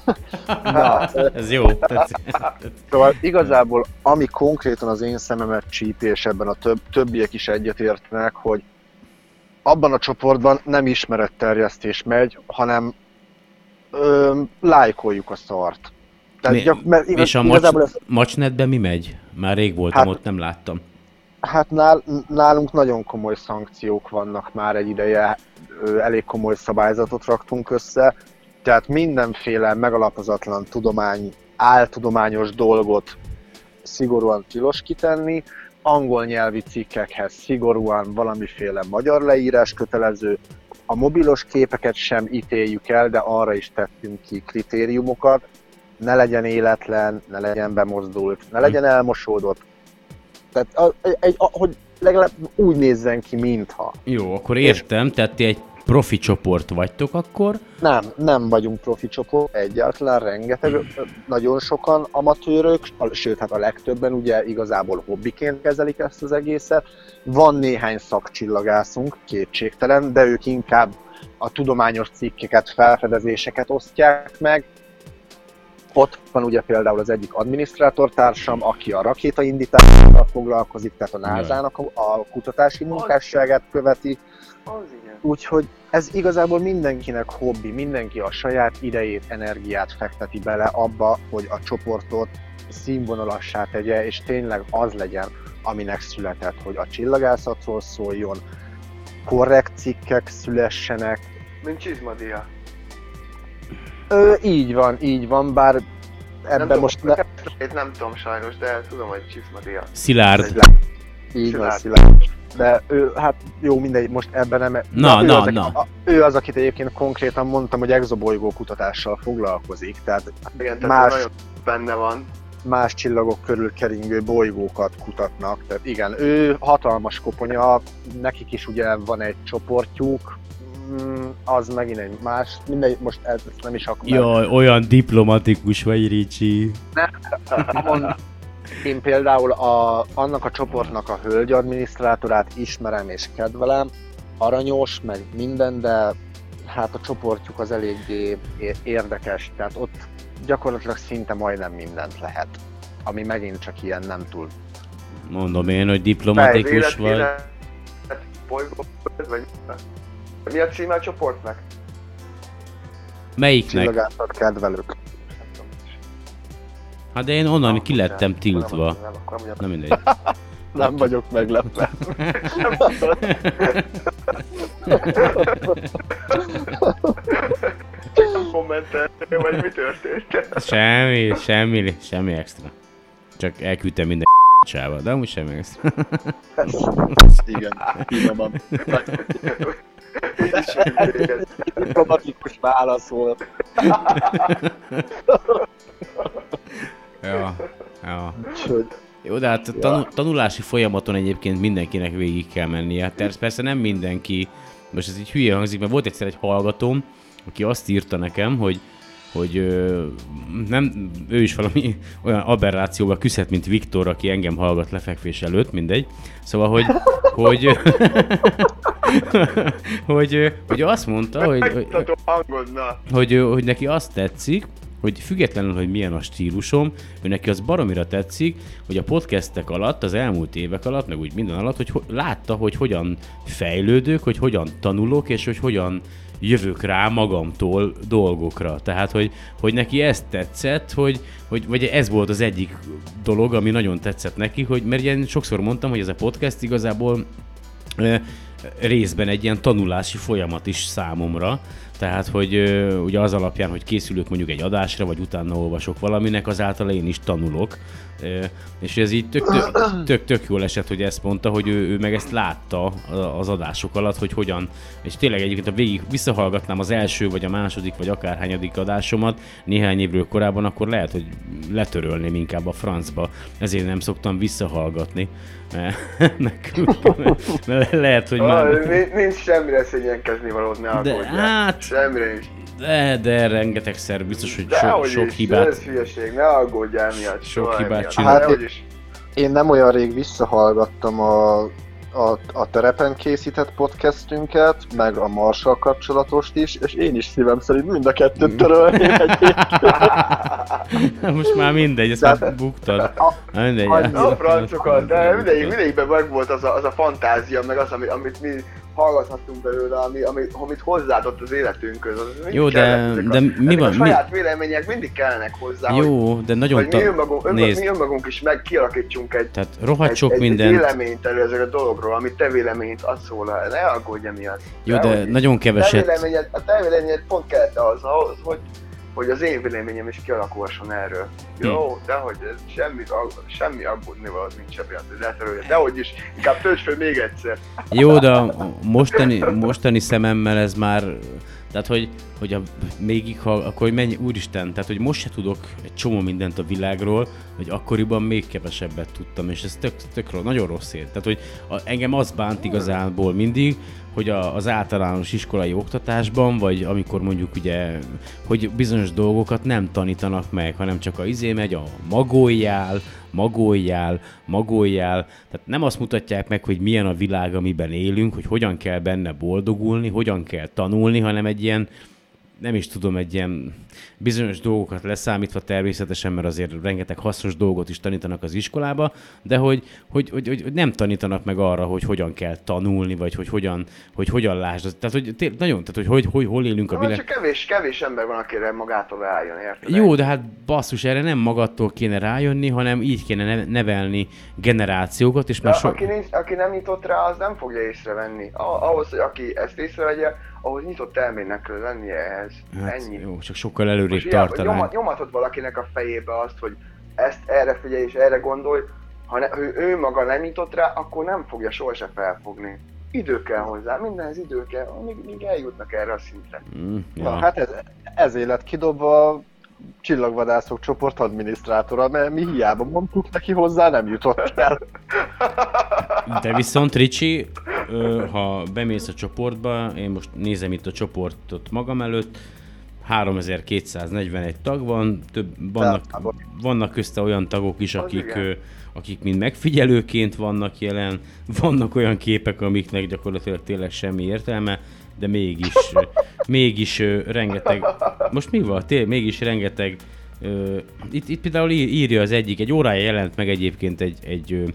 Ez jó.
Szóval igazából, ami konkrétan az én szememet csípi, és ebben a többiek is egyetértnek, hogy abban a csoportban nem ismeretterjesztés megy, hanem lájkoljuk a szart.
És a Macsnetben mi megy? Már rég voltam ott, nem láttam.
Hát nálunk nagyon komoly szankciók vannak már egy ideje, elég komoly szabályzatot raktunk össze, tehát mindenféle megalapozatlan áltudományos dolgot szigorúan tilos kitenni, angol nyelvi cikkekhez szigorúan valamiféle magyar leírás kötelező, a mobilos képeket sem ítéljük el, de arra is tettünk ki kritériumokat, ne legyen életlen, ne legyen bemozdult, ne legyen elmosódott. Tehát hogy legalább úgy nézzen ki, mintha.
Jó, akkor értem, tehát ti egy profi csoport vagytok akkor?
Nem vagyunk profi csoport, egyáltalán rengeteg, nagyon sokan amatőrök, sőt, hát a legtöbben ugye igazából hobbiként kezelik ezt az egészet. Van néhány szakcsillagászunk, kétségtelen, de ők inkább a tudományos cikkeket, felfedezéseket osztják meg. Ott van ugye például az egyik adminisztrátortársam, aki a rakétaindítással foglalkozik, tehát a NASA-nak a kutatási munkásságát követi. Úgyhogy ez igazából mindenkinek hobbi, mindenki a saját idejét, energiát fekteti bele abba, hogy a csoportot színvonalassá tegye, és tényleg az legyen, aminek született, hogy a csillagászatról szóljon, korrekt cikkek szülessenek.
Mint Csizmadia.
Így van, bár ebben most...
Nem tudom sajnos, de tudom, hogy Csizmadia.
Szilárd.
Így van, Szilárd. De ő, hát jó, mindegy, most ebben nem... Ő az, akit egyébként konkrétan mondtam, hogy exobolygó kutatással foglalkozik, tehát
igen,
más...
nagyon benne van.
Más csillagok körül keringő bolygókat kutatnak, tehát igen, ő hatalmas koponya, nekik is ugye van egy csoportjuk, az megint egy más, mindegy, most ezt nem is akarom.
Jaj, olyan diplomatikus vagy, Ricsi.
Én például annak a csoportnak a hölgyadminisztrátorát ismerem és kedvelem, aranyos, meg minden, de hát a csoportjuk az eléggé érdekes, tehát ott gyakorlatilag szinte majdnem mindent lehet, ami megint csak ilyen nem túl.
Mondom én, hogy diplomatikus vagy.
Vagy mi a címe a csoportnak?
Melyiknek?
Csillagászat kedvelők.
Hát de én onnan ki lettem tiltva. Nem mindegy.
Nem vagyok meglepve.
Nem kommenteltél, vagy mi történt?
Semmi extra. Csak elküldtem minden csába, de amúgy semmi extra.
Igen, finoman. Diplomatikus válasz volt.
Ja. Jó, de hát tanulási folyamaton egyébként mindenkinek végig kell mennie. Persze nem mindenki, most ez így hülye hangzik, mert volt egyszer egy hallgatóm, aki azt írta nekem, hogy nem, ő is valami olyan aberrációba küzdhet, mint Viktor, aki engem hallgat lefekvés előtt, mindegy. Szóval, hogy azt mondta, hogy neki azt tetszik, hogy függetlenül, hogy milyen a stílusom, ő neki az baromira tetszik, hogy a podcastek alatt, az elmúlt évek alatt, meg úgy minden alatt, hogy látta, hogy hogyan fejlődök, hogy hogyan tanulok, és hogy hogyan jövök rá magamtól dolgokra. Tehát, hogy neki ez tetszett, vagy ez volt az egyik dolog, ami nagyon tetszett neki, mert ilyen sokszor mondtam, hogy ez a podcast igazából részben egy ilyen tanulási folyamat is számomra. Tehát, hogy ugye az alapján, hogy készülök mondjuk egy adásra, vagy utána olvasok valaminek, azáltal én is tanulok. És ez így tök jól esett, hogy ezt mondta, hogy ő meg ezt látta az adások alatt, hogy hogyan, és tényleg egyébként, ha végig visszahallgatnám az első, vagy a második, vagy akárhányadik adásomat néhány évről korábban, akkor lehet, hogy letörölném inkább a francba. Ezért nem szoktam visszahallgatni. Mert lehet, hogy már...
Nincs semmire szégyenkezni valód, ne aggódjál.
Hát...
Semmire nincs.
De rengetegszer biztos, hogy sok hibát...
De ez hülyeség, ne aggódjál miatt.
Sok hibát csinál.
Hát én nem olyan rég visszahallgattam a terepen készített podcastünket, meg a Marssal kapcsolatost is, és én is szívem szerint mind a kettőt törölném egyébként.
Most már mindegy, ezt már buktad.
Mindegy. A francokat, de mindegyikben meg volt az a fantázia, meg az, amit mi hallgathattunk belőle, amit hozzáadott az életünkhöz.
Jó, de mi van?
A saját vélemények mindig kellenek hozzá.
Jó, de nagyon...
Mi önmagunk is meg kialakítsunk egy véleményt ezzel a dologról, amit te véleményt adsz róla. Ne aggódj emiatt.
Jó, de nagyon keveset...
A te véleményed pont kellett ahhoz, hogy az én véleményem is kialakulhasson erről. Jó, dehogy semmi aggódni valód nincs ebben, dehogy is, inkább töltsd fel még egyszer.
Jó, de mostani szememmel ez már, tehát hogy még akkor menj, úristen, tehát hogy most se tudok egy csomó mindent a világról, hogy akkoriban még kevesebbet tudtam, és ez tök nagyon rossz ér. Tehát, hogy engem az bánt igazából mindig, hogy az általános iskolai oktatásban, vagy amikor mondjuk ugye, hogy bizonyos dolgokat nem tanítanak meg, hanem csak megy a magoljál. Tehát nem azt mutatják meg, hogy milyen a világ, amiben élünk, hogy hogyan kell benne boldogulni, hogyan kell tanulni, hanem egy ilyen nem is tudom, egy ilyen bizonyos dolgokat leszámítva természetesen, mert azért rengeteg hasznos dolgot is tanítanak az iskolába, de hogy nem tanítanak meg arra, hogy hogyan kell tanulni, vagy hogy hogyan lásd. Tehát, hogy hol élünk a világ.
Csak kevés ember van, akire magától rájön, érted?
Jó, de hát basszus, erre nem magattól kéne rájönni, hanem így kéne nevelni generációkat, és már
aki nem nyitott rá, az nem fogja észrevenni. Ahhoz, hogy aki ezt észrevegye, ahhoz nyitott elmének kell lennie ehhez.
Hát,
ennyi.
Jó, csak sokkal előrébb tartanánk.
Nyomatod valakinek a fejébe azt, hogy ezt erre figyelj és erre gondolj, ha ő maga nem nyitott rá, akkor nem fogja sohasem felfogni. Idő kell hozzá, mindenhez idő kell, míg eljutnak erre a szintre.
Ja.
Na, hát ezért lett kidobva a csillagvadászok csoport adminisztrátora, mert mi hiába mondtuk neki, hozzá nem jutott el.
De viszont Ricsi, ha bemész a csoportba, én most nézem itt a csoportot magam előtt, 3241 tag van, vannak közte olyan tagok is, akik mind megfigyelőként vannak jelen, vannak olyan képek, amiknek gyakorlatilag tényleg semmi értelme, de mégis rengeteg, most mi van? Mégis rengeteg, itt például írja az egyik, egy órája jelent meg egyébként egy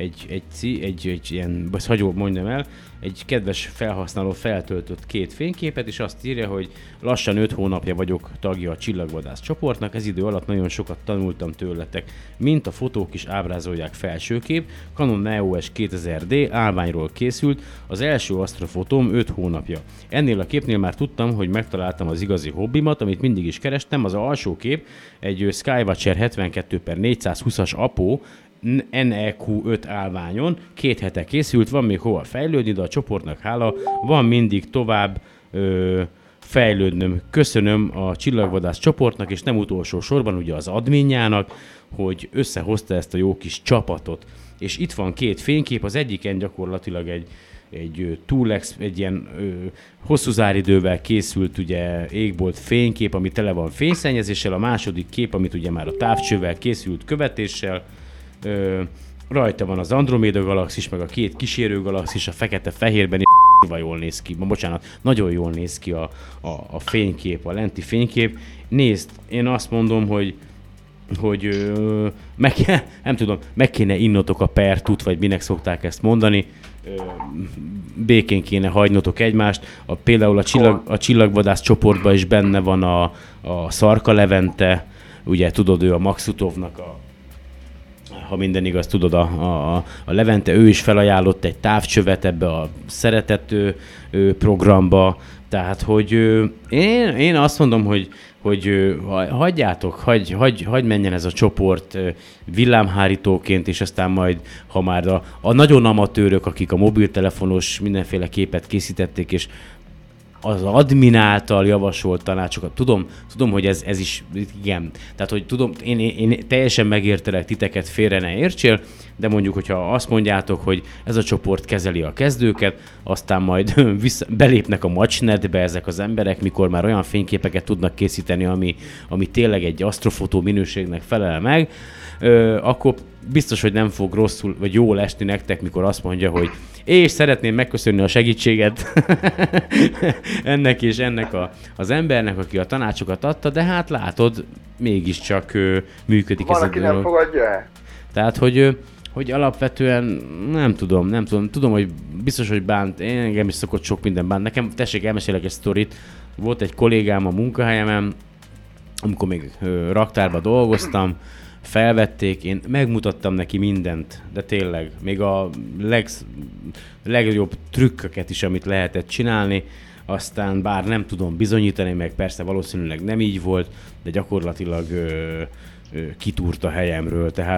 ilyen, vagy hagyom mondjam el, egy kedves felhasználó feltöltött 2 fényképet, és azt írja, hogy lassan 5 hónapja vagyok tagja a Csillagvadász csoportnak, ez idő alatt nagyon sokat tanultam tőletek, mint a fotók is ábrázolják felsőkép, Canon EOS 2000D állványról készült, az első asztrofotóm 5 hónapja. Ennél a képnél már tudtam, hogy megtaláltam az igazi hobbimat, amit mindig is kerestem, az alsó kép egy Skywatcher 72x420-as Apo, NEQ5 állványon, 2 hete készült, van még hova fejlődni, de a csoportnak hála, van mindig tovább fejlődnöm. Köszönöm a Csillagvadász csoportnak, és nem utolsó sorban ugye az adminjának, hogy összehozta ezt a jó kis csapatot. És itt van 2 fénykép, az egyiken gyakorlatilag egy Tulex, egy ilyen hosszú záridővel készült ugye égbolt fénykép, ami tele van fényszennyezéssel, a második kép, amit ugye már a távcsővel készült követéssel, rajta van az Andromeda galaxis, meg a 2 kísérő galaxis, a fekete-fehérben is jól néz ki. Bocsánat, nagyon jól néz ki a fénykép, a lenti fénykép. Nézd, én azt mondom, hogy meg kéne innotok a pertut, vagy minek szokták ezt mondani. Békén kéne hagynotok egymást. Például a Csillagvadász csoportban is benne van a Szarka Levente, ugye tudod, ő a Maxutovnak ha minden igaz, tudod, a Levente, ő is felajánlott egy távcsövet ebbe a szeretett programba, tehát, hogy én azt mondom, hogy hagyjátok, hagy menjen ez a csoport villámhárítóként, és aztán majd, ha már a nagyon amatőrök, akik a mobiltelefonos mindenféle képet készítették, és az admin által javasolt tanácsokat. Tudom, hogy ez is, igen. Tehát, hogy tudom, én teljesen megértelek titeket, félre ne értsél, de mondjuk, hogyha azt mondjátok, hogy ez a csoport kezeli a kezdőket, aztán majd belépnek a matchnetbe ezek az emberek, mikor már olyan fényképeket tudnak készíteni, ami tényleg egy asztrofotó minőségnek felel meg, akkor biztos, hogy nem fog rosszul, vagy jól esni nektek, mikor azt mondja, hogy és szeretném megköszönni a segítséget ennek és ennek az embernek, aki a tanácsokat adta, de hát látod, mégiscsak működik ez a dolog. Van, aki nem
fogadja el.
Tehát, hogy alapvetően nem tudom, hogy biztos, hogy bánt, engem is szokott sok minden bánt. Nekem, tessék, elmesélek egy sztorit. Volt egy kollégám a munkahelyemen, amikor még raktárban dolgoztam, felvették, én megmutattam neki mindent, de tényleg, még a legjobb trükköket is, amit lehetett csinálni, aztán bár nem tudom bizonyítani, meg persze valószínűleg nem így volt, de gyakorlatilag kitúrt a helyemről, tehát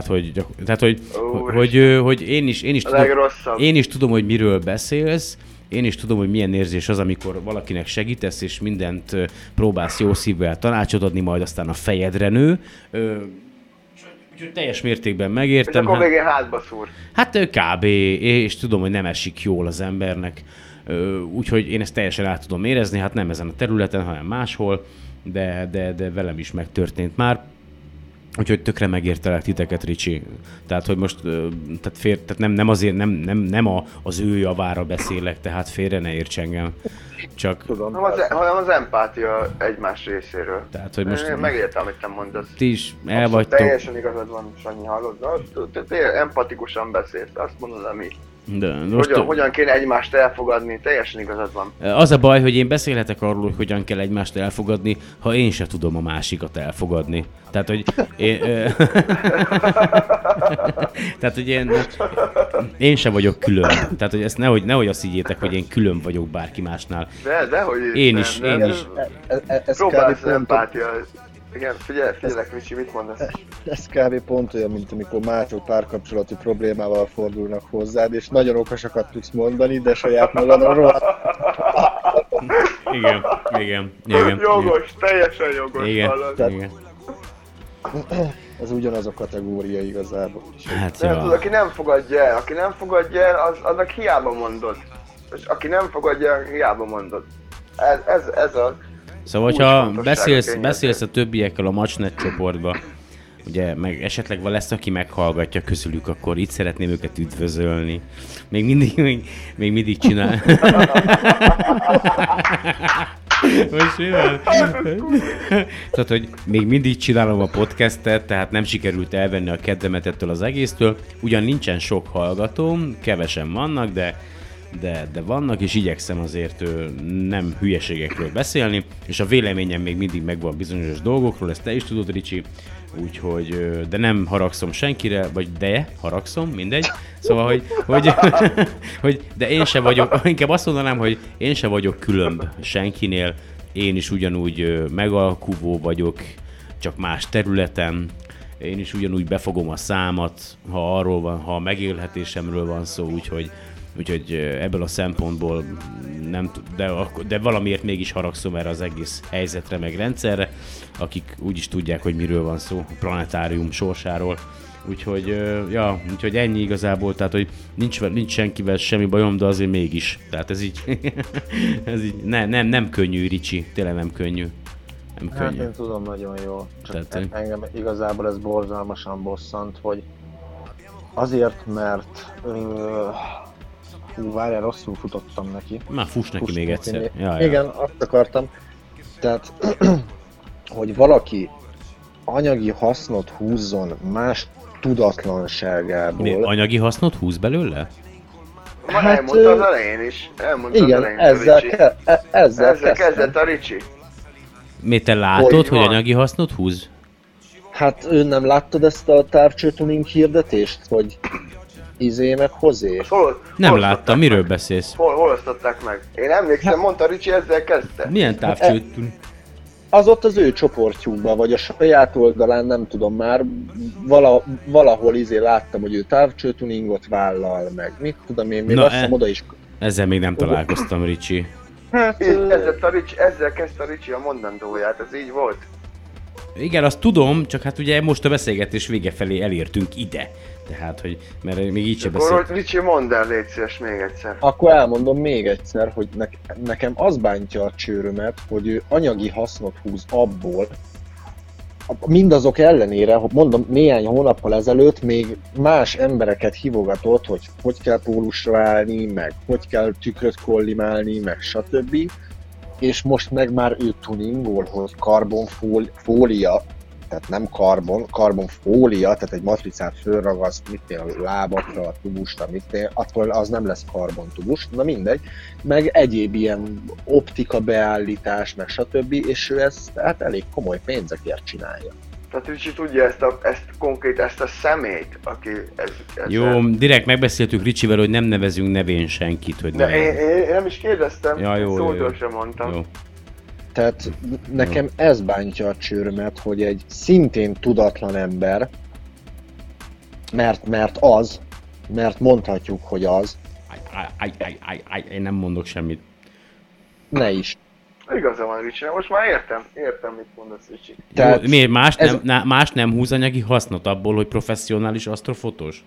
hogy én is tudom, hogy miről beszélsz, én is tudom, hogy milyen érzés az, amikor valakinek segítesz, és mindent próbálsz jó szívvel tanácsot adni, majd aztán a fejedre nő. Úgyhogy teljes mértékben megértem.
És akkor végén hátba szúr.
Hát kb. És tudom, hogy nem esik jól az embernek. Úgyhogy én ezt teljesen át tudom érezni, hát nem ezen a területen, hanem máshol, de velem is megtörtént már. Úgyhogy tökre megértelek titeket, Ricsi. Tehát, hogy most tehát nem azért, nem az ő javára beszélek, tehát félre ne érts engem. csak...
Tudom.
Hanem az empátia egymás részéről.
Tehát, hogy most...
Én megértem, amit te mondasz.
Ti is el vagytok...
Teljesen igazad van, Sanyi, hallod? Te empatikusan beszélsz, azt mondod, ami...
De most
Hogyan kéne egymást elfogadni, teljesen igazad van.
az a baj, hogy én beszélhetek arról, hogy hogyan kell egymást elfogadni, ha én se tudom a másikat elfogadni. Tehát, hogy tehát, hogy én se vagyok külön. Tehát, hogy ezt nehogy azt higgyétek, hogy én külön vagyok bárki másnál.
Dehogy
Én is.
Próbálsz empátia. Igen, figyelek, Ricsi, mit mondasz?
Ez kb. Pont olyan, mint amikor mások párkapcsolati problémával fordulnak hozzád, és nagyon okosakat tudsz mondani, de saját magadra rohadt.
Igen.
Jogos, teljesen jogos.
Igen.
Ez ugyanaz a kategória igazából.
Hát
De tudod, aki nem fogadja el, annak hiába mondod. És aki nem fogadja el, hiába mondod. Ez a...
Szóval, hogyha beszélsz a többiekkel a Matchnet csoportba, ugye, meg esetleg lesz, aki meghallgatja közülük, akkor itt szeretném őket üdvözölni. Még mindig csinál. Most mi van? Tehát, hogy még mindig csinálom a podcastet, tehát nem sikerült elvenni a kedvemet ettől az egésztől. Ugyan nincsen sok hallgatóm, kevesen vannak, de vannak, és igyekszem azért nem hülyeségekről beszélni, és a véleményem még mindig megvan bizonyos dolgokról, ezt te is tudod, Ricsi, úgyhogy, de nem haragszom senkire, vagy haragszom, mindegy, szóval, hogy de én se vagyok, inkább azt mondanám, hogy én se vagyok különb senkinél, én is ugyanúgy megalkuvó vagyok, csak más területen, én is ugyanúgy befogom a számat, ha arról van, ha a megélhetésemről van szó, úgyhogy ebből a szempontból nem de valamiért mégis haragszom erre az egész helyzetre meg rendszerre, akik úgyis tudják, hogy miről van szó, a planetárium sorsáról. Úgyhogy ennyi igazából, tehát hogy nincs senkivel semmi bajom, de azért mégis. Tehát ez így, nem könnyű, Ricsi, tényleg nem könnyű. Nem könnyű.
Hát én tudom nagyon jól, csak
tehát,
engem igazából ez borzalmasan bosszant, hogy azért, mert várjál, rosszul futottam neki.
Már fuss neki még egyszer. Ja.
Igen, azt akartam. Tehát, hogy valaki anyagi hasznot húzzon más tudatlanságából.
Mi, anyagi hasznot húz belőle?
Hát, elmondta az elején is.
Igen, ezzel
kezdett a Ricsi.
Mi te látod, hogy anyagi hasznot húz?
Hát nem láttad ezt a távcsőtuning hirdetést, hogy meg hozé?
Nem láttam, miről beszélsz?
Hol osztották meg? Én emlékszem, mondta Ricsi, ezzel kezdte.
Milyen távcsőtuning?
Az ott az ő csoportjukban, vagy a saját oldalán, nem tudom már, valahol láttam, hogy ő távcsőtuningot vállal meg. Mit tudom én, még azt hiszem oda is...
Ezzel még nem találkoztam, Ricsi.
Hát...
Ezzel kezdte a Ricsi a mondandóját, ez így volt.
Igen, azt tudom, csak hát ugye most a beszélgetés vége felé elértünk ide. Tehát, hogy mert még így sem beszéltünk.
Akkor Ricsi, mondd el, légy szíves még egyszer.
Akkor elmondom még egyszer, hogy nekem az bántja a csőrömet, hogy ő anyagi hasznot húz abból, mindazok ellenére, hogy mondom, néhány hónappal ezelőtt még más embereket hívogatott, hogy kell pólusra állni, meg hogy kell tükröt kollimálni, meg stb. És most meg már ő tuningol, hogy karbonfólia, tehát nem karbonfólia, tehát egy matricát fölragaszt, a lábakra, a tubusra, attól az nem lesz karbontubus, na mindegy, meg egyéb ilyen optika beállítás, meg stb. És ő ezt hát elég komoly pénzekért csinálja.
Tehát Ricsi tudja ezt a szemét, aki
Jó, direkt megbeszéltük Ricsivel, hogy nem nevezünk nevén senkit, hogy
én nem is kérdeztem,
jó.
szótól sem mondtam. Jó.
Tehát nekem ez bántja a csőrömet, hogy egy szintén tudatlan ember, mert mondhatjuk, hogy az.
Én nem mondok semmit.
Ne is.
Igaza van, Ricsi, most már értem, mit mondasz, Ricsi.
Tehát miért más nem húz anyagi hasznot abból, hogy professzionális asztrofotós?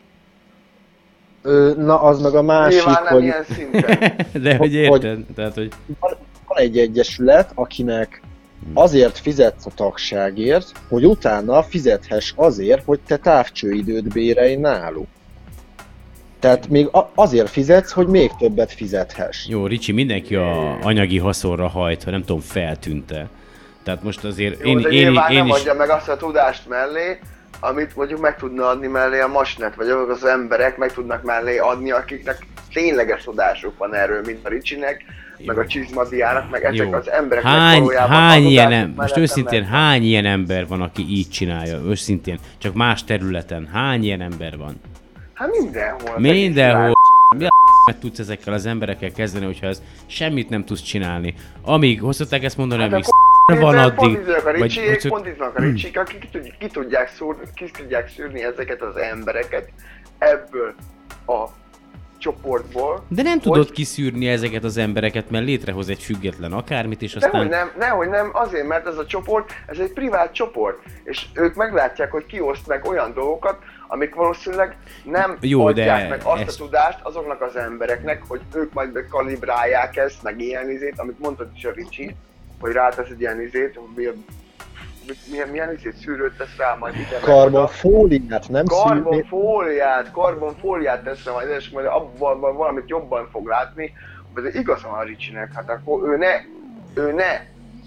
Na, az meg a másik,
nyilván nem ilyen szinten.
De hogy érted? Tehát, hogy...
Van egy egyesület, akinek azért fizetsz a tagságért, hogy utána fizethess azért, hogy te távcsőidőt bérelj náluk. Tehát még azért fizetsz, hogy még többet fizethess.
Jó, Ricsi, mindenki a anyagi haszonra hajt, ha nem tudom, feltűnte. Tehát most azért
Jó, de nyilván nem
is...
adja meg azt a tudást mellé, amit mondjuk meg tudna adni mellé a Masnet, vagy azok az emberek meg tudnak mellé adni, akiknek tényleges tudásuk van erről, mint a Ricsinek, meg a Csizmadiának, meg ezek az emberek
hány ilyen most őszintén hány ilyen ember van, aki így csinálja? Őszintén, csak más területen. Hány ilyen ember van?
Hát mindenhol.
Mindenhol. Mi a meg tudsz ezekkel az emberekkel kezdeni, hogyha ez semmit nem tudsz csinálni. Amíg hoztották ezt mondani, amíg van addig...
Pont itt vannak a Ricsik, akik ki tudják szűrni ezeket az embereket ebből a csoportból.
De nem tudod kiszűrni ezeket az embereket, mert létrehoz egy független akármit, és aztán...
Nehogy nem, azért, mert ez a csoport, ez egy privát csoport, és ők meglátják, hogy kioszt meg olyan dolgokat, amik valószínűleg nem adják meg azt a tudást azoknak az embereknek, hogy ők majd kalibrálják ezt, meg ilyen izét, amit mondtad is a Ricsi, hogy rátesz egy ilyen izét, milyen izét szűrőt tesz rá majd ide.
Karbonfóliát, nem
karbonfóliát tesz rá majd, és majd abban valamit jobban fog látni, hogy ez igaz van a Ricsinek, hát akkor ő ne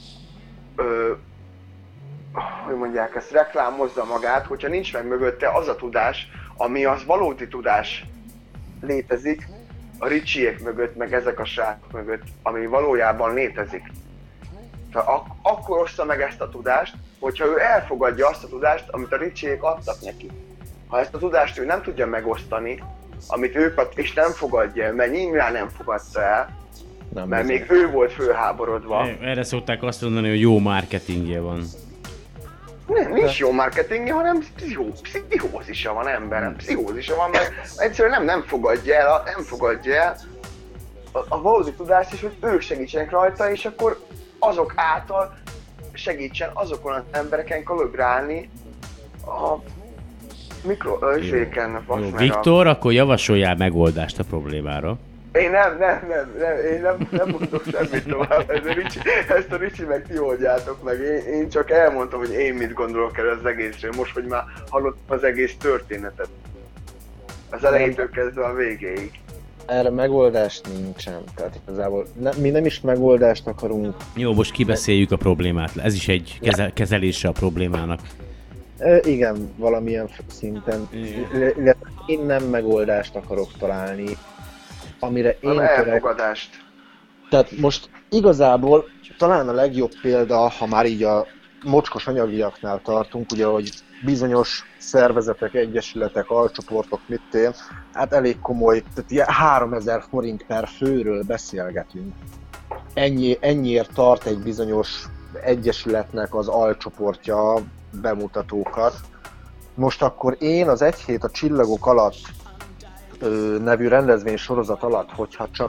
hogy mondják ezt, reklámozza magát, hogyha nincs meg mögötte az a tudás, ami az valódi tudás létezik a Ricsiek mögött, meg ezek a srácok mögött, ami valójában létezik. Akkor ossza meg ezt a tudást, hogyha ő elfogadja azt a tudást, amit a Ricsiek adtak neki. Ha ezt a tudást ő nem tudja megosztani, amit ők és nem fogadja el, mert nyilván nem fogadta el, mert még ő volt fölháborodva.
Erre szokták azt mondani, hogy jó marketingje van.
Nem, nincs jó marketingje, hanem pszichózisa van emberem. Pszichózisa van, mert egyszerűen nem fogadja el a valódi tudást is, hogy ők segítsenek rajta, és akkor azok által segítsen azokon az embereken kalibrálni a mikroőrzéken.
Viktor, akkor javasoljál megoldást a problémára.
Én nem mondok semmit tovább, ezt a Ricsi meg ti oldjátok meg, én csak elmondtam, hogy én mit gondolok el az egészről, most, hogy már hallottam az egész történetet. Az elejétől kezdve a végéig.
Erre megoldást nincsen, tehát igazából mi nem is megoldást akarunk.
Jó, most kibeszéljük a problémát, ez is egy kezelése a problémának.
Igen, valamilyen szinten. Én nem megoldást akarok találni, amire én
elfogadást.
Tehát most igazából talán a legjobb példa, ha már így a mocskos anyagiaknál tartunk, ugye, hogy bizonyos szervezetek, egyesületek, alcsoportok, hát elég komoly, tehát ilyen 3000 forint per főről beszélgetünk. Ennyiért tart egy bizonyos egyesületnek az alcsoportja bemutatókat. Most akkor én az Egy hét a csillagok alatt nevű rendezvény sorozat alatt, hogyha csak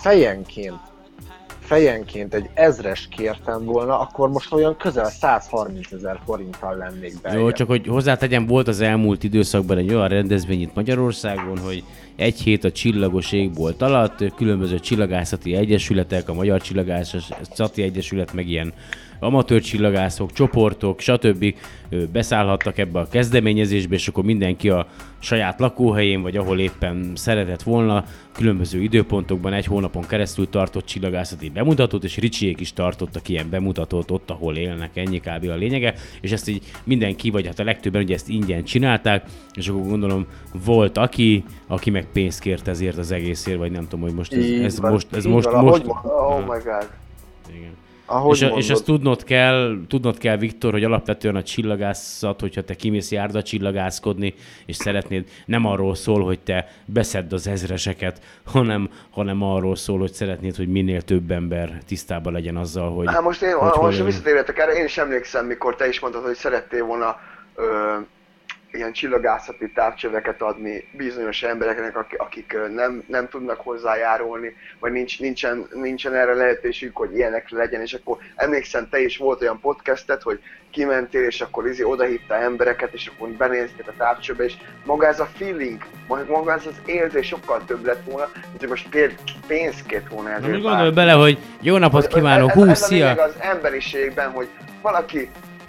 fejenként egy 1000-es kértem volna, akkor most olyan közel 130 000 forinttal lennék be.
Jó, csak hogy hozzátegyem, volt az elmúlt időszakban egy olyan rendezvény itt Magyarországon, hogy Egy hét a csillagos égbolt alatt különböző csillagászati egyesületek, a Magyar Csillagászati Egyesület, meg ilyen amatőr csillagászok, csoportok, stb. Beszállhattak ebbe a kezdeményezésbe, és akkor mindenki a saját lakóhelyén, vagy ahol éppen szeretett volna, különböző időpontokban egy hónapon keresztül tartott csillagászati bemutatót, és Ricsiék is tartottak ilyen bemutatót ott, ahol élnek, ennyi kb. A lényege, és ezt így mindenki, vagy hát a legtöbben ugye ezt ingyen csinálták, és akkor gondolom volt aki meg pénzt kért ezért az egészért, vagy nem tudom, hogy most ez most.
Oh my god.
Igen. És ezt tudnod kell, Viktor, hogy alapvetően a csillagászat, hogyha te kimész járda csillagászkodni, és szeretnéd, nem arról szól, hogy te beszedd az ezreseket, hanem arról szól, hogy szeretnéd, hogy minél több ember tisztában legyen azzal, hogy...
Hát most visszatérhetek erre, én is emlékszem, mikor te is mondtad, hogy szerettél volna ilyen csillagászati távcsöveket adni bizonyos embereknek, akik nem tudnak hozzájárulni, vagy nincsen erre lehetőség, hogy ilyenek legyen, és akkor emlékszem, te is volt olyan podcastet, hogy kimentél, és akkor odahívtál embereket, és akkor benéztél a távcsőbe, és maga ez a feeling, maga ez az érzés sokkal több lett volna, mint hogy most pénzt kért volna ezért.
Most gondolj bele, hogy jó napot kívánok, szia!
Ez a lényeg az emberiségben, hogy valaki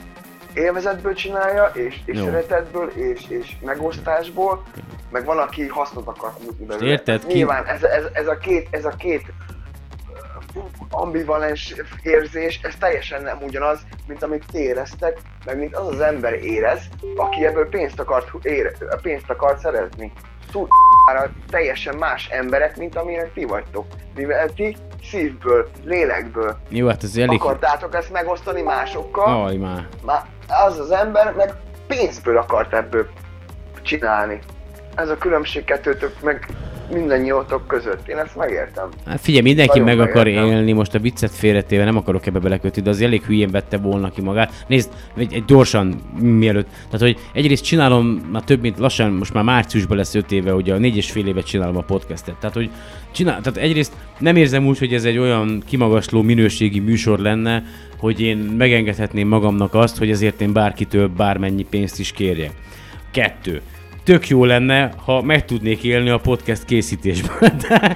élvezetből csinálja, és szeretetből, és megosztásból, meg van, aki hasznot akar húzni belőle.
Érted?
Nyilván ez a két ambivalens érzés, ez teljesen nem ugyanaz, mint amit ti éreztek, meg mint az az ember érez, aki ebből pénzt akart szerezni. Teljesen más emberek, mint amilyen ti vagytok. Mivel ti szívből, lélekből
jó, hát ez elég...
akartátok ezt megosztani másokkal,
Aj, már.
Az az ember meg pénzből akart ebből csinálni. Ez a különbség kettőtök meg mindannyiótok között. Én ezt megértem.
Hát figyelj, mindenki
Nagyon
meg akar
megértem.
élni, most a viccet félretéve nem akarok ebbe belekötni, de az elég hülyén vette volna ki magát. Nézd, egy gyorsan mielőtt. Tehát, hogy egyrészt csinálom már több mint lassan, most már márciusban lesz 5 éve, ugye a 4,5 évet csinálom a podcastet. Tehát, hogy tehát egyrészt nem érzem úgy, hogy ez egy olyan kimagasló minőségi műsor lenne, hogy én megengedhetném magamnak azt, hogy ezért én bárkitől bármennyi pénzt is kérjek. 2. Tök jó lenne, ha meg tudnék élni a podcast készítésben.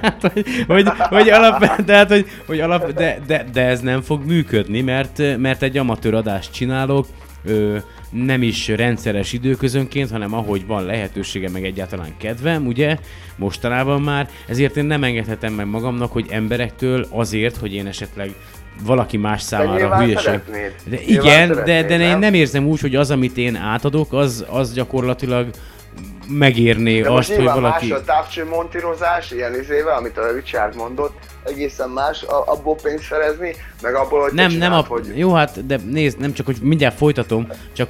De ez nem fog működni, mert egy amatőr adást csinálok, nem is rendszeres időközönként, hanem ahogy van lehetősége, meg egyáltalán kedvem, ugye, mostanában már, ezért én nem engedhetem meg magamnak, hogy emberektől azért, hogy én esetleg valaki más számára hülyeség. De igen, de én nem érzem úgy, hogy az, amit én átadok, az gyakorlatilag megérné
de
azt, hogy valaki...
más a távcsőmontírozás, ilyen izével, amit a Richard mondott, egészen más abból pénzt szerezni, meg abból, hogy hogy...
Jó, hát, de nézd, nem csak, hogy mindjárt folytatom, csak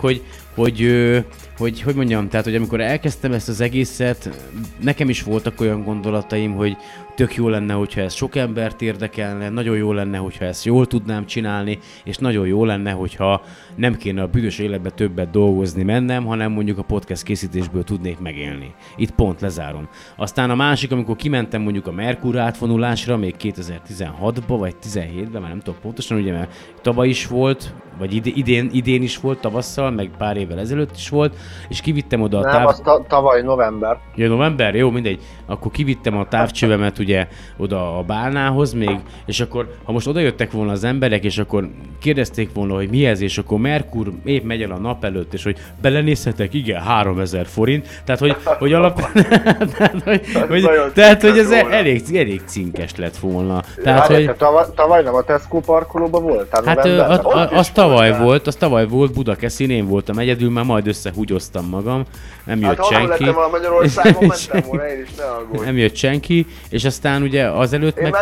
hogy mondjam, tehát, hogy amikor elkezdtem ezt az egészet, nekem is voltak olyan gondolataim, hogy tök jó lenne, hogyha ez sok embert érdekelne, nagyon jó lenne, hogyha ezt jól tudnám csinálni, és nagyon jó lenne, hogyha nem kéne a büdös életbe többet dolgozni mennem, hanem mondjuk a podcast készítésből tudnék megélni. Itt pont lezárom. Aztán a másik, amikor kimentem mondjuk a Merkur átvonulásra, még 2016-ba, vagy 17-ben, már nem tudom pontosan, ugye, mert tavaly is volt, vagy idén is volt, tavasszal, meg pár évvel ezelőtt is volt, és kivittem oda a
Nem, az tavaly november.
Ja, november? Jó, mindegy. Akkor kivittem a távcsövemet ugye oda a bálnához még, és akkor, ha most odajöttek volna az emberek, és akkor kérdezték volna, hogy mi ez, és akkor Merkur épp megy el a nap előtt, és hogy belenézhetek, igen, 3000 forint. Tehát, hogy alapvetően... tehát, hogy ez elég cinkes lett volna. Tehát, hogy...
Tavaly nem a Tesco parkolóban voltál?
Hát az tavaly volt Budakeszin, én voltam egyedül, már majd összehúgyoztam magam, nem jött senki.
Hát ha Magyarországon mentem volna, én is ne aggódj.
Nem jött senki, és aztán ugye azelőtt meg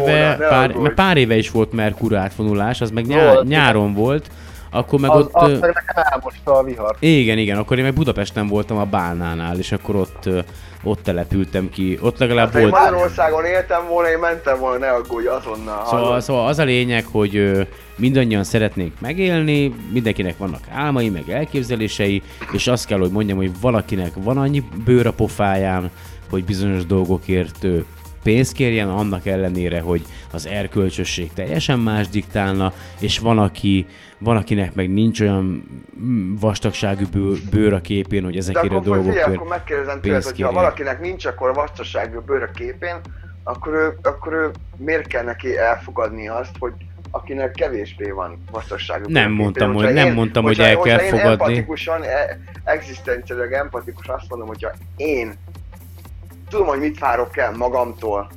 pár éve is volt Merkur átvonulás, az meg nyáron volt. Akkor meg ott...
Azt meg nekem elmosta a vihar.
Igen, akkor én meg Budapesten voltam a Bálnánál, és akkor ott települtem ki, ott legalább
hát,
volt...
Magyarországon éltem volna, én mentem volna, ne aggódj, azonnal.
Szóval az a lényeg, hogy mindannyian szeretnénk megélni, mindenkinek vannak álmai, meg elképzelései, és azt kell, hogy mondjam, hogy valakinek van annyi bőr a pofáján, hogy bizonyos dolgokért pénzt kérjen, annak ellenére, hogy az erkölcsösség teljesen más diktálna, és van akinek meg nincs olyan vastagságú bőr a képén, hogy ezekért a dolgokért pénzt kérjen.
Akkor megkérdezem tőled, hogy ha valakinek nincs akkor vastagságú bőr a képén, akkor ő miért kell neki elfogadni azt, hogy akinek kevésbé van vastagságú bőr a képén?
Nem mondtam, hogy el kell fogadni.
Én empatikusan, egzisztenciálisan empatikus azt mondom, hogyha én tudom, hogy mit várok el magamtól.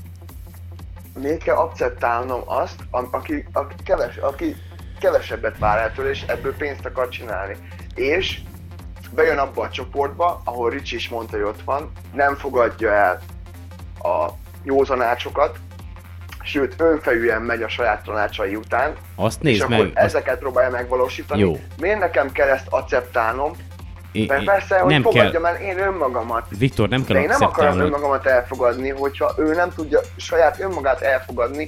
Miért kell akceptálnom azt, aki kevesebbet vár el tőle, és ebből pénzt akar csinálni. És bejön abba a csoportba, ahol Ricsi is mondta, hogy ott van, nem fogadja el a jó tanácsokat, sőt önfejűen megy a saját tanácsai után,
azt nézd
és
meg,
akkor ezeket próbálja megvalósítani.
Jó.
Miért nekem kell ezt akceptálnom? Mert persze, hogy nem fogadjam el én önmagamat.
Viktor, nem kell
de én nem akarom
akceptálnod.
önmagamat elfogadni, hogyha ő nem tudja saját önmagát elfogadni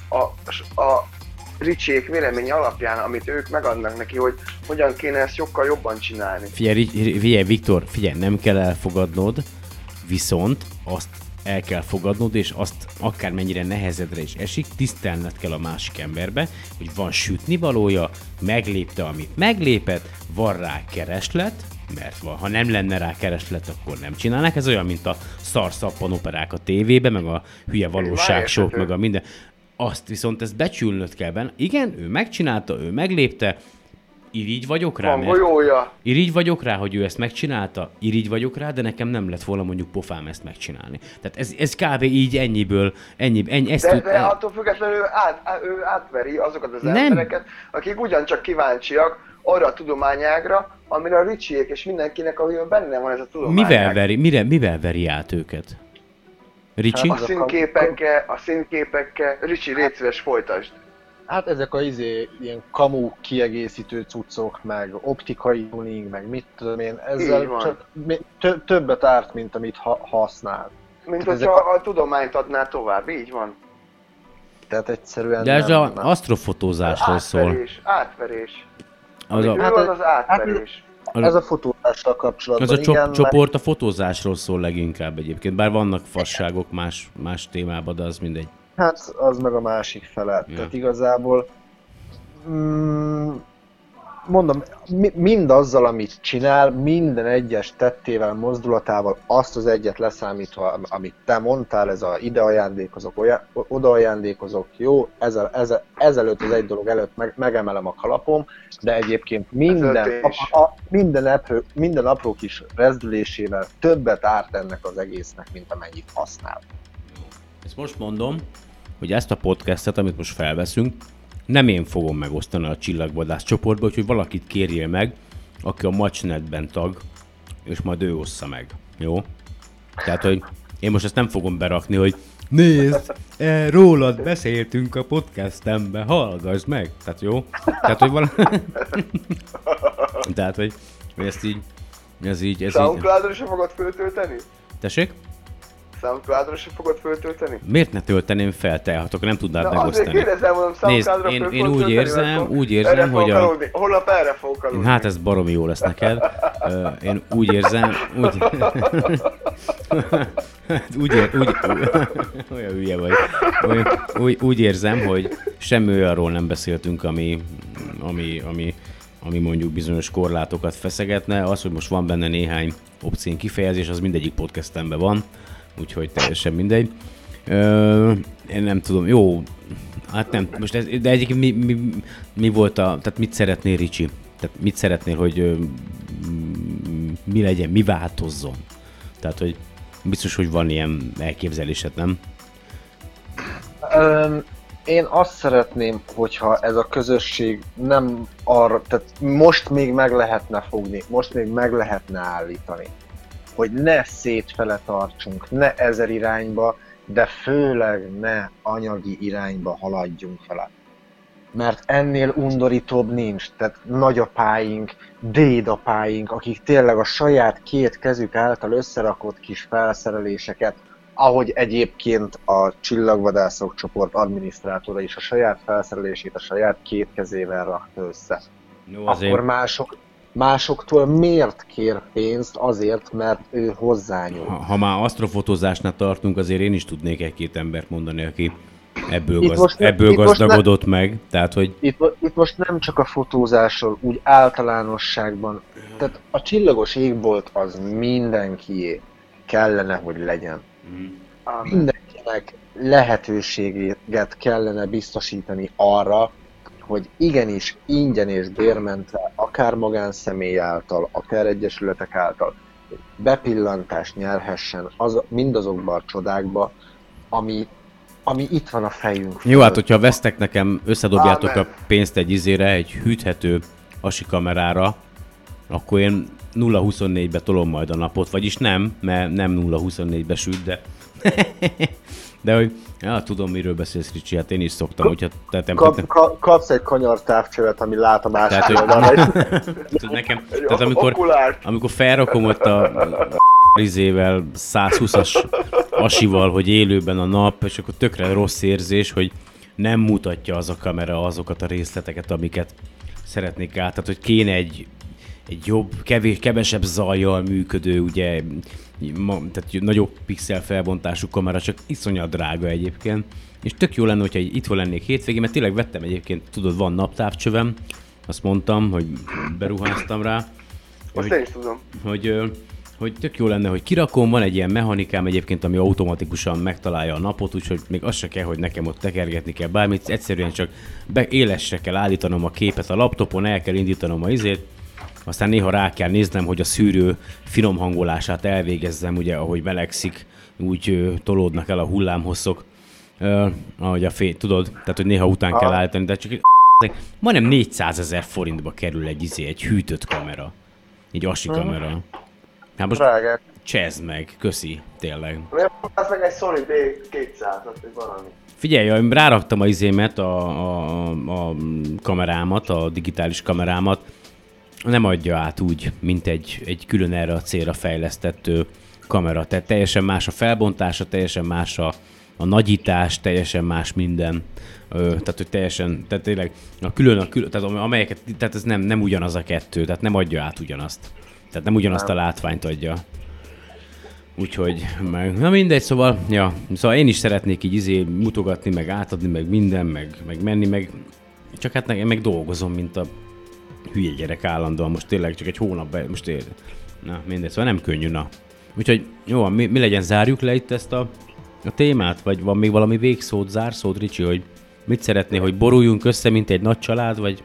a Ricsék véleménye alapján, amit ők megadnak neki, hogy hogyan kéne ezt sokkal jobban csinálni.
Figyelj, Viktor, nem kell elfogadnod, viszont azt el kell fogadnod, és azt akármennyire nehezedre is esik, tisztelned kell a másik emberbe, hogy van sütnivalója, meglépte, amit meglépett, van rá kereslet, mert ha nem lenne rá kereslet, akkor nem csinálnák. Ez olyan, mint a szarszappan-operák a tévébe, meg a hülye valóságsók, meg a minden. Azt viszont ezt becsülnöd kell benne. Igen, ő megcsinálta, ő meglépte, irigy vagyok rá,
Van golyója.
irigy vagyok rá, hogy ő ezt megcsinálta, irigy vagyok rá, de nekem nem lett volna mondjuk pofám ezt megcsinálni. Tehát ez kb. Így ennyiből,
De attól függetlenül ő átveri azokat az embereket, akik ugyancsak kíváncsiak arra a tudományágra, amire a Richie-ék és mindenkinek, ahol benne van ez a tudományág.
Mivel veri át őket? Richie?
A színképekkel. Richie, légy szíves, folytasd.
Hát ezek a ilyen kamu kiegészítő cuccok, meg optikai tuning, meg mit tudom én, ezzel csak többet árt, mint amit használ.
Mint hogyha a tudományt adná tovább, így van.
Tehát egyszerűen
de ez az asztrofotózásról szól.
Átverés.
Az
átverés.
Ez a fotózással kapcsolatban,
az a csoport a fotózásról szól leginkább egyébként, bár vannak fasságok más témában, de az mindegy.
Hát az meg a másik fele. Ja. Tehát igazából mondom, mindazzal, amit csinál, minden egyes tettével, mozdulatával, azt az egyet leszámítva, amit te mondtál, ez a ide ajándékozok, oda ajándékozok, jó, ezelőtt az egy dolog előtt megemelem a kalapom, de egyébként minden apró kis rezdülésével többet árt ennek az egésznek, mint amennyit használ.
Ezt most mondom, hogy ezt a podcastet, amit most felveszünk, nem én fogom megosztani a Csillagvadász csoportba, úgyhogy valakit kérjél meg, aki a Matchnetben tag, és majd ő ossza meg. Jó? Tehát, hogy én most ezt nem fogom berakni, hogy nézd, rólad beszéltünk a podcastembe, hallgass meg. Tehát jó? Tehát, hogy Tehát, hogy ez így...
SoundCloud-ra sem fogod föltölteni?
Tessék?
SoundCloud-ra sem fogod föltölteni?
Miért ne tölteném fel, te? Hát akkor nem tudnád megosztani.
Azért kérdezem, mondom, SoundCloud-ra
nézd, én úgy érzem, hogy
holnap erre fogok aludni.
Hát ez baromi jó lesz neked. Én úgy érzem, olyan hülye vagy. Úgy érzem, hogy semmi olyanról nem beszéltünk, ami mondjuk bizonyos korlátokat feszegetne. Az, hogy most van benne néhány obszén kifejezés, az mindegyik podcastemben van, úgyhogy teljesen mindegy. Én nem tudom, jó, hát nem, most ez, de egyébként mi volt tehát mit szeretnél, Ricsi? Tehát mit szeretnél, hogy mi legyen, mi változzon? Tehát, hogy biztos, hogy van ilyen elképzelésed, nem?
Én azt szeretném, hogyha ez a közösség nem arra, tehát most még meg lehetne fogni, most még meg lehetne állítani, hogy ne szétfele tartsunk, ne ezer irányba, de főleg ne anyagi irányba haladjunk vele. Mert ennél undorítóbb nincs, tehát nagyapáink, dédapáink, akik tényleg a saját két kezük által összerakott kis felszereléseket, ahogy egyébként a Csillagvadászok csoport adminisztrátora is a saját felszerelését a saját két kezével rakta össze. No, akkor másoktól miért kér pénzt? Azért, mert ő hozzányúl.
Ha már asztrofotózásnál tartunk, azért én is tudnék egy-két embert mondani, aki ebből gazdagodott meg. Tehát, hogy...
Itt most nem csak a fotózásról, úgy általánosságban. Tehát a csillagos égbolt az mindenkié kellene, hogy legyen. Mindenkinek lehetőséget kellene biztosítani arra, hogy igenis ingyen és bérmentve, akár magánszemély által, akár egyesületek által bepillantást nyerhessen mindazokba a csodákba, ami itt van a fejünk.
Jó, hát hogyha vesztek nekem, összedobjátok a pénzt egy hűthető asikamerára, akkor én 0-24-be tolom majd a napot, vagyis nem, mert nem 0-24-be süt, de hogy, ja, tudom, miről beszélsz, Ricsi, hát én is szoktam, hogyha tetem...
Kapsz egy kanyartávcsövet, ami lát a másik oldalra.
Tehát amikor felrakom ott a rizével, 120-as asival, hogy élőben a nap, és akkor tökre rossz érzés, hogy nem mutatja az a kamera azokat a részleteket, amiket szeretnék át. Tehát, hogy kéne egy jobb, kevesebb zajjal működő, ugye, tehát nagyobb pixel felbontású kamera, csak iszonyat drága egyébként. És tök jó lenne, hogyha itthon lennék hétvégén, mert tényleg vettem egyébként, tudod, van naptávcsövem, azt mondtam, hogy beruháztam rá.
Azt én is tudom.
hogy tök jó lenne, hogy kirakom, van egy ilyen mechanikám egyébként, ami automatikusan megtalálja a napot, úgyhogy még az se kell, hogy nekem ott tekergetni kell bármit, egyszerűen csak élesre kell állítanom a képet a laptopon, el kell indítanom a izét, aztán néha rá kell néznem, hogy a szűrő finom hangolását elvégezzem, ugye ahogy melegszik, úgy tolódnak el a hullámhosszok, ahogy tudod, tehát hogy néha után kell állítani, de csak majdnem 400 000 forintba kerül egy hűtött kamera, egy ASI kamera. Hát most csezd meg, köszi, tényleg.
Az meg egy Sony B200-at, vagy valami.
Figyelj, ráraktam a izémet, a kamerámat, a digitális kamerámat, nem adja át úgy, mint egy külön erre a célra fejlesztett kamera. Tehát teljesen más a felbontása, teljesen más a nagyítás, teljesen más minden. Tehát, hogy teljesen, tehát tényleg tehát amelyeket, tehát ez nem ugyanaz a kettő, tehát nem adja át ugyanazt. Tehát nem ugyanazt a látványt adja. Úgyhogy, na mindegy, szóval én is szeretnék így mutogatni, meg átadni, meg minden, meg menni, meg csak hát meg dolgozom, mint a hülye gyerek állandóan, most tényleg csak egy hónapban, na mindegy, szóval nem könnyű, na. Úgyhogy jó, mi legyen, zárjuk le itt ezt a témát, vagy van még valami végszót, zárszót, Ricsi, hogy mit szeretné, hogy boruljunk össze, mint egy nagy család, vagy?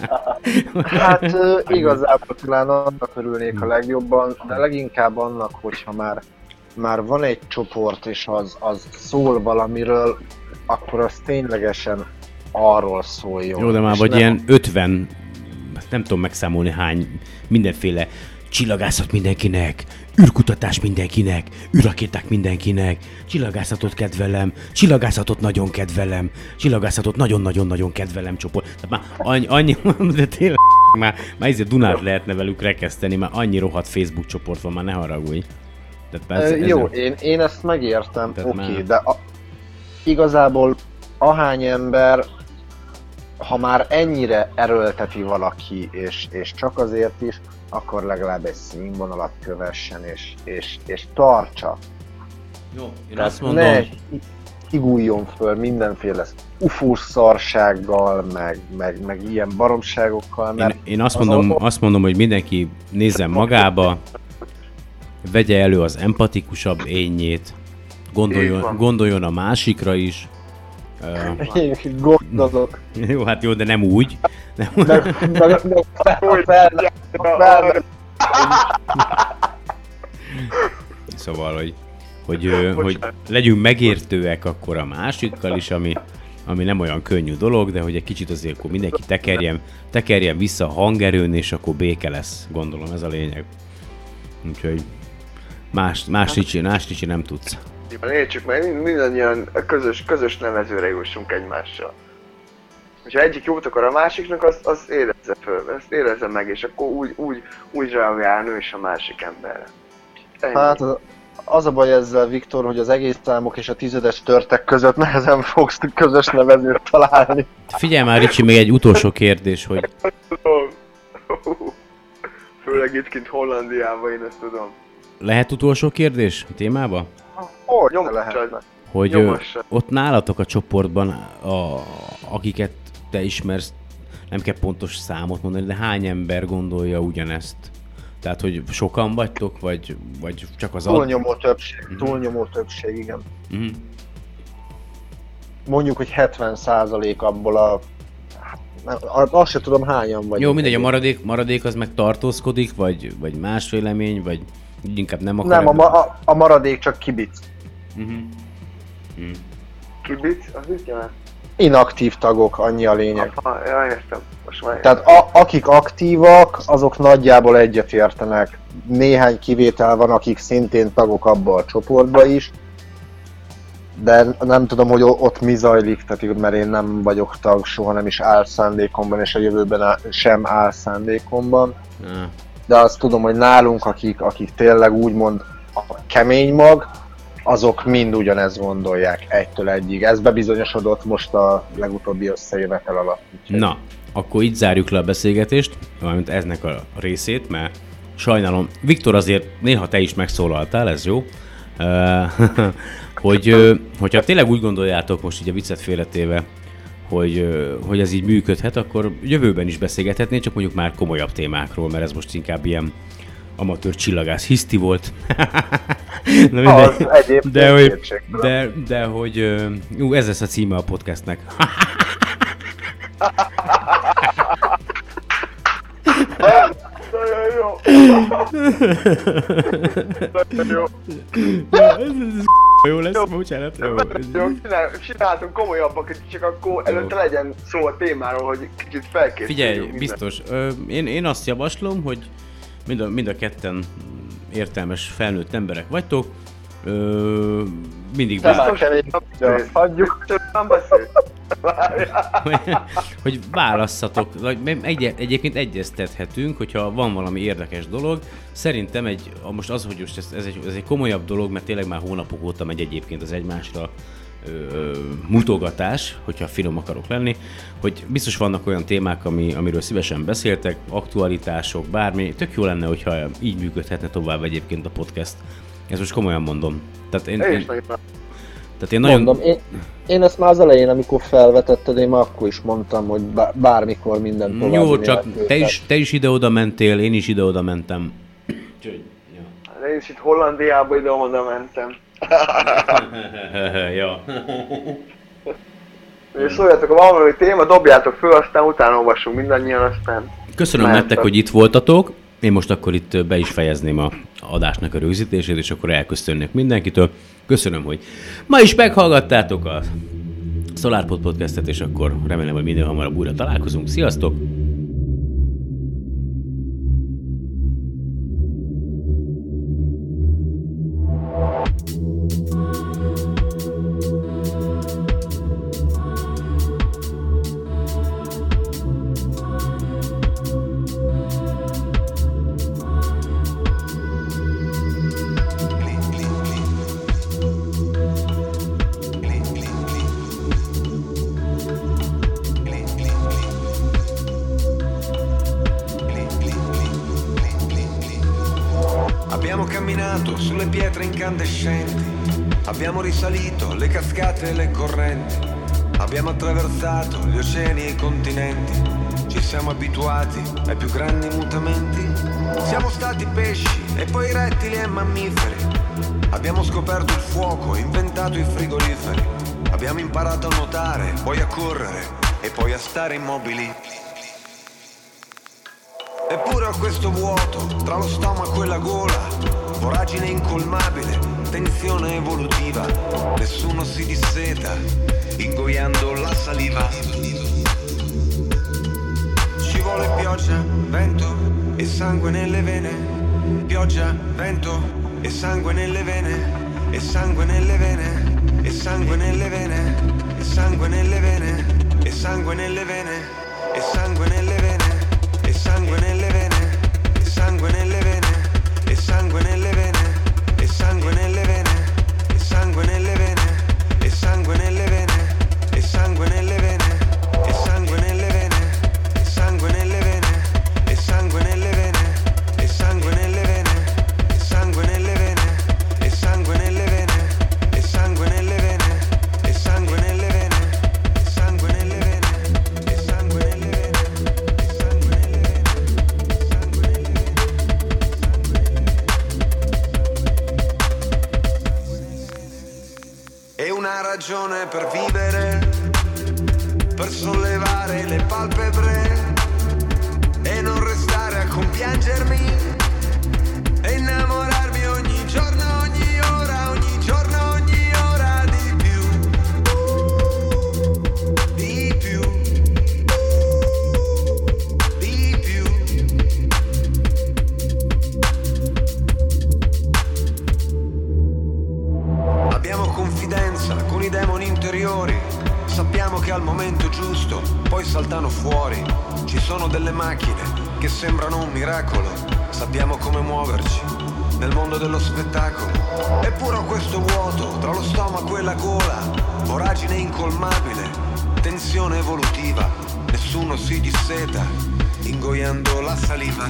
Hát igazából talán annak örülnék a legjobban, de leginkább annak, hogyha már van egy csoport, és az szól valamiről, akkor az ténylegesen arról szóljon.
Jó, de már vagy ilyen 50, nem tudom megszámolni hány, mindenféle csillagászat mindenkinek, űrkutatás mindenkinek, űrrakéták mindenkinek, csillagászatot kedvelem, csillagászatot nagyon kedvelem, csillagászatot nagyon-nagyon-nagyon kedvelem csoport. Tehát már annyi, de tényleg már ezért Dunát lehetne velük rekeszteni, már annyi rohadt Facebook csoport van, már ne haragudj.
Jó, én ezt megértem, oké, de igazából ahány ember, ha már ennyire erőlteti valaki, és csak azért is, akkor legalább egy színvonalat kövessen, és tartsa.
Jó, én azt mondom... Ne
higuljon föl mindenféle ufós szarsággal, meg ilyen baromságokkal, mert...
Én azt mondom, hogy mindenki nézzen magába, vegye elő az empatikusabb énjét, gondoljon a másikra is.
Gondolok.
Jó, hát jó, de nem úgy. Szóval, hogy legyünk megértőek akkor a másikkal is, ami nem olyan könnyű dolog, de hogy egy kicsit azért akkor mindenki tekerjen vissza a hangerőn, és akkor béke lesz, gondolom, ez a lényeg. Úgyhogy más Ricsi nem tudsz.
Értsük meg, mindannyian közös nevezőre jussunk egymással. Ha egyik jót akar a másiknak, az érezze föl, ezt érezze meg, és akkor úgy reagál nő is a másik emberre. Ennyi.
Hát az a baj ezzel, Viktor, hogy az egész számok és a tizedes törtek között nehezen fogsz közös nevezőt találni.
Figyelj már, Ricsi, még egy utolsó kérdés, hogy...
Főleg itt kint Hollandiában, én ezt tudom.
Lehet utolsó kérdés a témába?
Hogy lehetne?
Hogy ott nálatok a csoportban, akiket te ismersz, nem kell pontos számot mondani, de hány ember gondolja ugyanezt? Tehát, hogy sokan vagytok, vagy csak az
Túlnyomó többség, igen. Mondjuk, hogy 70% abból azt sem tudom, hányan vagyunk.
Jó, mindegy, a maradék az meg tartózkodik, vagy más vélemény, vagy inkább nem akar...
Nem, a maradék csak kibic.
Kibic? Az mit jelent?
Inaktív tagok, annyi a lényeg.
Ja, értem. Most már
tehát akik aktívak, azok nagyjából egyetértenek. Néhány kivétel van, akik szintén tagok abba a csoportba is. De nem tudom, hogy ott mi zajlik, tehát, mert én nem vagyok tag, soha nem is áll szándékomban, és a jövőben sem áll szándékomban. De azt tudom, hogy nálunk, akik tényleg úgymond a kemény mag, azok mind ugyanezt gondolják egytől egyig. Ez bebizonyosodott most a legutóbbi összejövetel alatt.
Na, akkor így zárjuk le a beszélgetést, valamint eznek a részét, mert sajnálom, Viktor, azért néha te is megszólaltál, ez jó. Hogyha tényleg úgy gondoljátok most így a viccet félretéve, hogy ez így működhet, akkor jövőben is beszélgethetnénk, csak mondjuk már komolyabb témákról, mert ez most inkább ilyen amatőr csillagász hiszti volt.
Na, az egyébként
de hogy ez lesz a címe a podcastnek.
Nagyon jó.
Jó lesz, bocsánat.
Jó, csináltunk komolyabbakat, csak akkor előtte legyen szó a témáról, hogy kicsit felkészüljünk.
Figyelj, biztos. Én azt javaslom, hogy mind a ketten értelmes felnőtt emberek vagytok. Mindig
hagyjuk.
hogy válasszatok, egyébként egyeztethetünk, hogyha van valami érdekes dolog. Szerintem most az, hogy ez egy komolyabb dolog, mert tényleg már hónapok óta megy egyébként az egymásra mutogatás, hogyha finom akarok lenni, hogy biztos vannak olyan témák, amiről szívesen beszéltek, aktualitások, bármi. Tök jó lenne, hogyha így működhetne tovább egyébként a podcast. Ezt most komolyan mondom. Tehát én nagyon...
Mondom, én ezt már az elején, amikor felvetetted, én már akkor is mondtam, hogy bármikor minden tovább.
Jó, csak te is ide-oda mentél, én is ide-oda mentem.
Én is itt Hollandiába ide-oda mentem.
Ja.
Szóljatok, ha van valami téma, dobjátok föl, aztán utána olvassunk mindannyian, aztán...
Köszönöm nektek, hogy itt voltatok. Én most akkor itt be is fejezném a adásnak a rögzítését, és akkor elköszönnek mindenkitől. Köszönöm, hogy ma is meghallgattátok a SolarPod podcastet, és akkor remélem, hogy minél hamarabb újra találkozunk. Sziasztok!
Abbiamo risalito le cascate e le correnti, abbiamo attraversato gli oceani e i continenti, ci siamo abituati ai più grandi mutamenti, siamo stati pesci e poi rettili e mammiferi, abbiamo scoperto il fuoco, inventato i frigoriferi, abbiamo imparato a nuotare, poi a correre e poi a stare immobili. Eppure ho questo vuoto tra lo stomaco e la gola, voragine incolmabile, tensione evolutiva, nessuno si disseta, ingoiando la saliva. Ci vuole pioggia, vento e sangue nelle vene, pioggia, vento e sangue nelle vene, e sangue nelle vene, e sangue nelle vene, e sangue nelle vene, e sangue nelle vene, e sangue nelle vene, e sangue nelle vene, e sangue nelle vene, e sangue nelle vene. Sangue nelle vene, e sangue nelle vene, e sangue nelle vene, e sangue nelle vene, e sangue nelle vene, e sangue nelle vene, e sangue nelle vene, e sangue nelle vene, e sangue nelle vene, e sangue nelle vene, e sangue nelle vene, e sangue nelle vene, e sangue nelle vene, e sangue nelle vene, e sangue nelle vene. E una ragione per vivere, per sollevare le palpebre e non restare a compiangermi e innamorarmi ogni giorno, ogni ora, ogni giorno, ogni ora di più, di più, di più. Abbiamo confidenza con i demoni interiori, sappiamo che al momento giusto poi saltano fuori. Ci sono delle macchine che sembrano un miracolo, sappiamo come muoverci nel mondo dello spettacolo. Eppure ho questo vuoto tra lo stomaco e la gola, voragine incolmabile, tensione evolutiva, nessuno si disseta, ingoiando la saliva.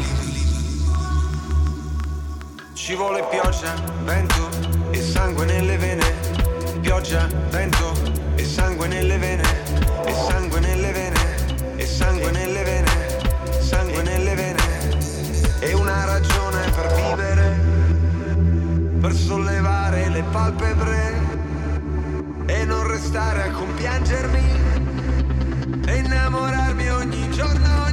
Ci vuole pioggia, vento e sangue nelle vene, pioggia, vento e sangue nelle vene, e sangue nelle vene, e sangue nelle vene, sangue nelle vene, e una ragione per vivere. le palpebre e non restare a compiangermi e innamorarmi ogni giorno